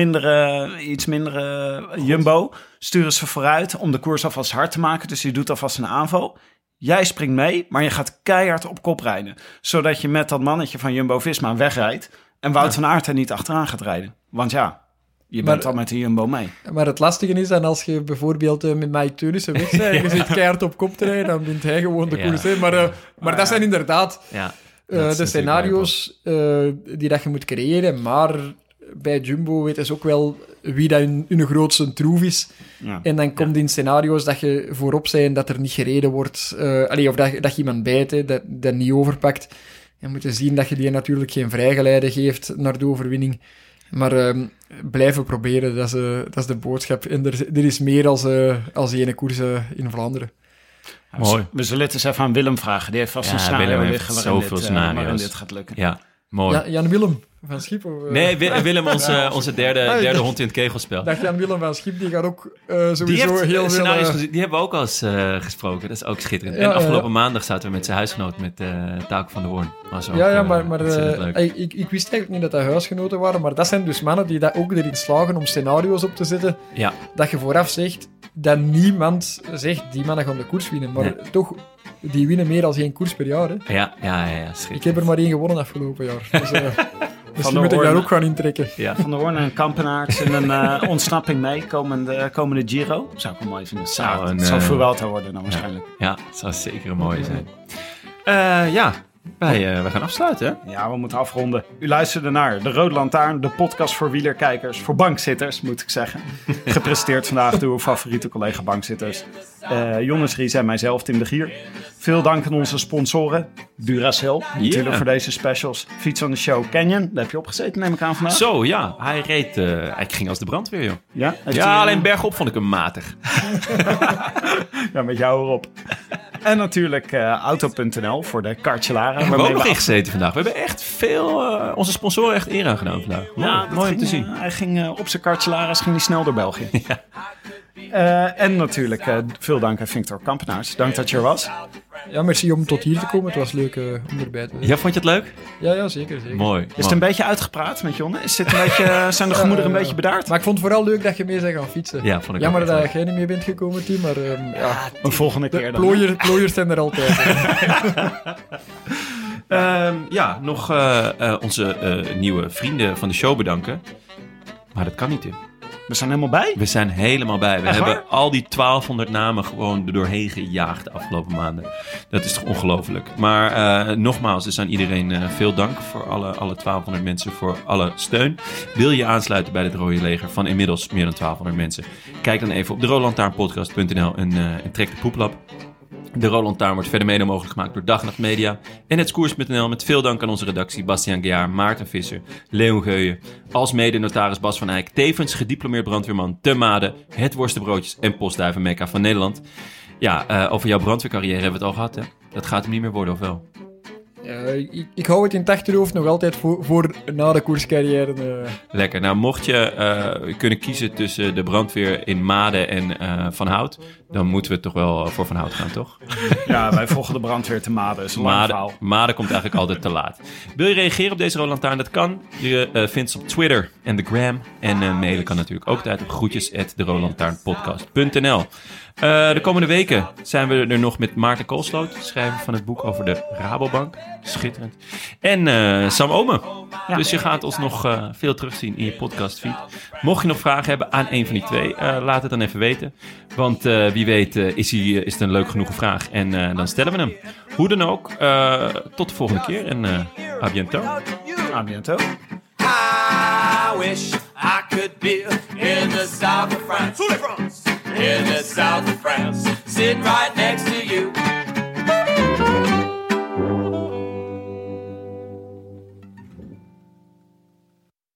mindere Jumbo. Sturen ze vooruit om de koers alvast hard te maken. Dus je doet alvast een aanval. Jij springt mee, maar je gaat keihard op kop rijden. Zodat je met dat mannetje van Jumbo-Visma wegrijdt. En Wout van Aert er niet achteraan gaat rijden. Want je bent al met de Jumbo mee. Maar het lastige is dan als je bijvoorbeeld met Mike Teunissen weg bent en je zit keihard op kop te rijden, dan wint hij gewoon de koers. Hè? Maar dat zijn inderdaad... de scenario's die dat je moet creëren, maar bij Jumbo weten ze ook wel wie dat hun grootste troef is. Ja. En dan komt in scenario's dat je voorop zijn dat er niet gereden wordt, of dat je iemand bijt, dat niet overpakt. Je moet zien dat je die natuurlijk geen vrijgeleide geeft naar de overwinning. Maar blijven proberen, dat is de boodschap. En er is meer als die ene koers in Vlaanderen. Mooi. We zullen het eens even aan Willem vragen. Die heeft vast een scenario liggen waarin dit gaat lukken. Ja, mooi. Jan Willem van Schip? Nee, Willem, onze derde hond in het kegelspel. Dacht Jan Willem van Schip, die gaat ook sowieso heel veel... Die hebben we ook al eens gesproken. Dat is ook schitterend. En afgelopen maandag zaten we met zijn huisgenoot, met Taco van der Hoorn. Maar ik wist eigenlijk niet dat dat huisgenoten waren, maar dat zijn dus mannen die dat ook erin slagen om scenario's op te zetten. Ja. Dat je vooraf zegt dat niemand zegt, die mannen gaan de koers winnen. Maar toch, die winnen meer dan 1 koers per jaar. Hè? Ja, ik heb er maar 1 gewonnen afgelopen jaar. Dus misschien moet ik daar ook gaan intrekken. Ja. Van der Hoorn en Kampenaerts in een ontsnapping mee, komende Giro. Zou ik wel mooi vinden. Het zou Vuelta worden dan waarschijnlijk. Ja, het zou zeker een mooie zijn. We gaan afsluiten, hè? Ja, we moeten afronden. U luisterde naar De Rode Lantaarn, de podcast voor wielerkijkers, voor bankzitters, moet ik zeggen. Gepresenteerd vandaag door uw favoriete collega bankzitters. Jonas Ries en mijzelf, Tim de Gier. Veel dank aan onze sponsoren. Duracell, natuurlijk voor deze specials. Fiets on the Show Canyon, daar heb je opgezeten, neem ik aan vandaag. Zo, ja. Hij reed, hij ging als de brandweer, joh. Ja, alleen bergop vond ik hem matig. Ja, met jou erop. En natuurlijk Auto.nl voor de Cartelara. We hebben ook nog ingezeten vandaag. We hebben echt veel onze sponsoren echt eer aangedaan vandaag. Mooi om te zien. Hij ging op zijn Cartelara's snel door België. Ja. En natuurlijk veel dank aan Victor Kampenaerts. Dank dat je er was. Ja, merci om tot hier te komen. Het was leuk om erbij te zijn. Ja, vond je het leuk? Ja, zeker. Mooi. Is het een beetje uitgepraat met Jonne? Zijn de gemoederen een beetje bedaard? Maar ik vond het vooral leuk dat je mee bent gaan fietsen. Ja, vond ik jammer ook dat jij niet mee bent gekomen, Tim, maar een volgende keer dan. Plooiers zijn er altijd. Nog onze nieuwe vrienden van de show bedanken. Maar dat kan niet, Tim. We zijn helemaal bij? We zijn helemaal bij. We Echt hebben waar? al die 1200 namen gewoon er doorheen gejaagd de afgelopen maanden. Dat is toch ongelooflijk. Maar nogmaals, dus aan iedereen veel dank voor alle 1200 mensen, voor alle steun. Wil je aansluiten bij het Rode Leger van inmiddels meer dan 1200 mensen? Kijk dan even op deroodlantaarnpodcast.nl en trek de poeplap. De Rode Lantaarn wordt verder mede mogelijk gemaakt door Dag en Nacht Media en hetskoers.nl met veel dank aan onze redactie Bastiaan Gejaar, Maarten Visser, Leon Geuyen, als mede notaris Bas van Eyck, tevens gediplomeerd brandweerman te Maden, het Worstenbroodjes en Postduiven Mekka van Nederland. Ja, over jouw brandweercarrière hebben we het al gehad, hè? Dat gaat hem niet meer worden, of wel? Ik hou het in het achterhoofd nog altijd voor na de koerscarrière. Lekker. Nou, mocht je kunnen kiezen tussen de brandweer in Maden en Van Hout, dan moeten we toch wel voor Van Hout gaan, toch? Ja, wij volgen de brandweer te Maden. Dat is een lang verhaal. Maden komt eigenlijk altijd te laat. Wil je reageren op deze Rode Lantaarn? Dat kan. Je vindt ze op Twitter en de Gram. En mailen kan natuurlijk ook tijd op groetjes@derodelantaarnpodcast.nl. De komende weken zijn we er nog met Maarten Koolsloot, schrijver van het boek over de Rabobank. Schitterend. En Sam Omen. Ja. Dus je gaat ons nog veel terugzien in je podcastfeed. Mocht je nog vragen hebben aan een van die twee, laat het dan even weten. Want wie weet is het een leuk genoeg vraag en dan stellen we hem. Hoe dan ook, tot de volgende keer en à bientôt. À bientôt. I wish I could be in the south of France. In the south of France, sitting right next to you.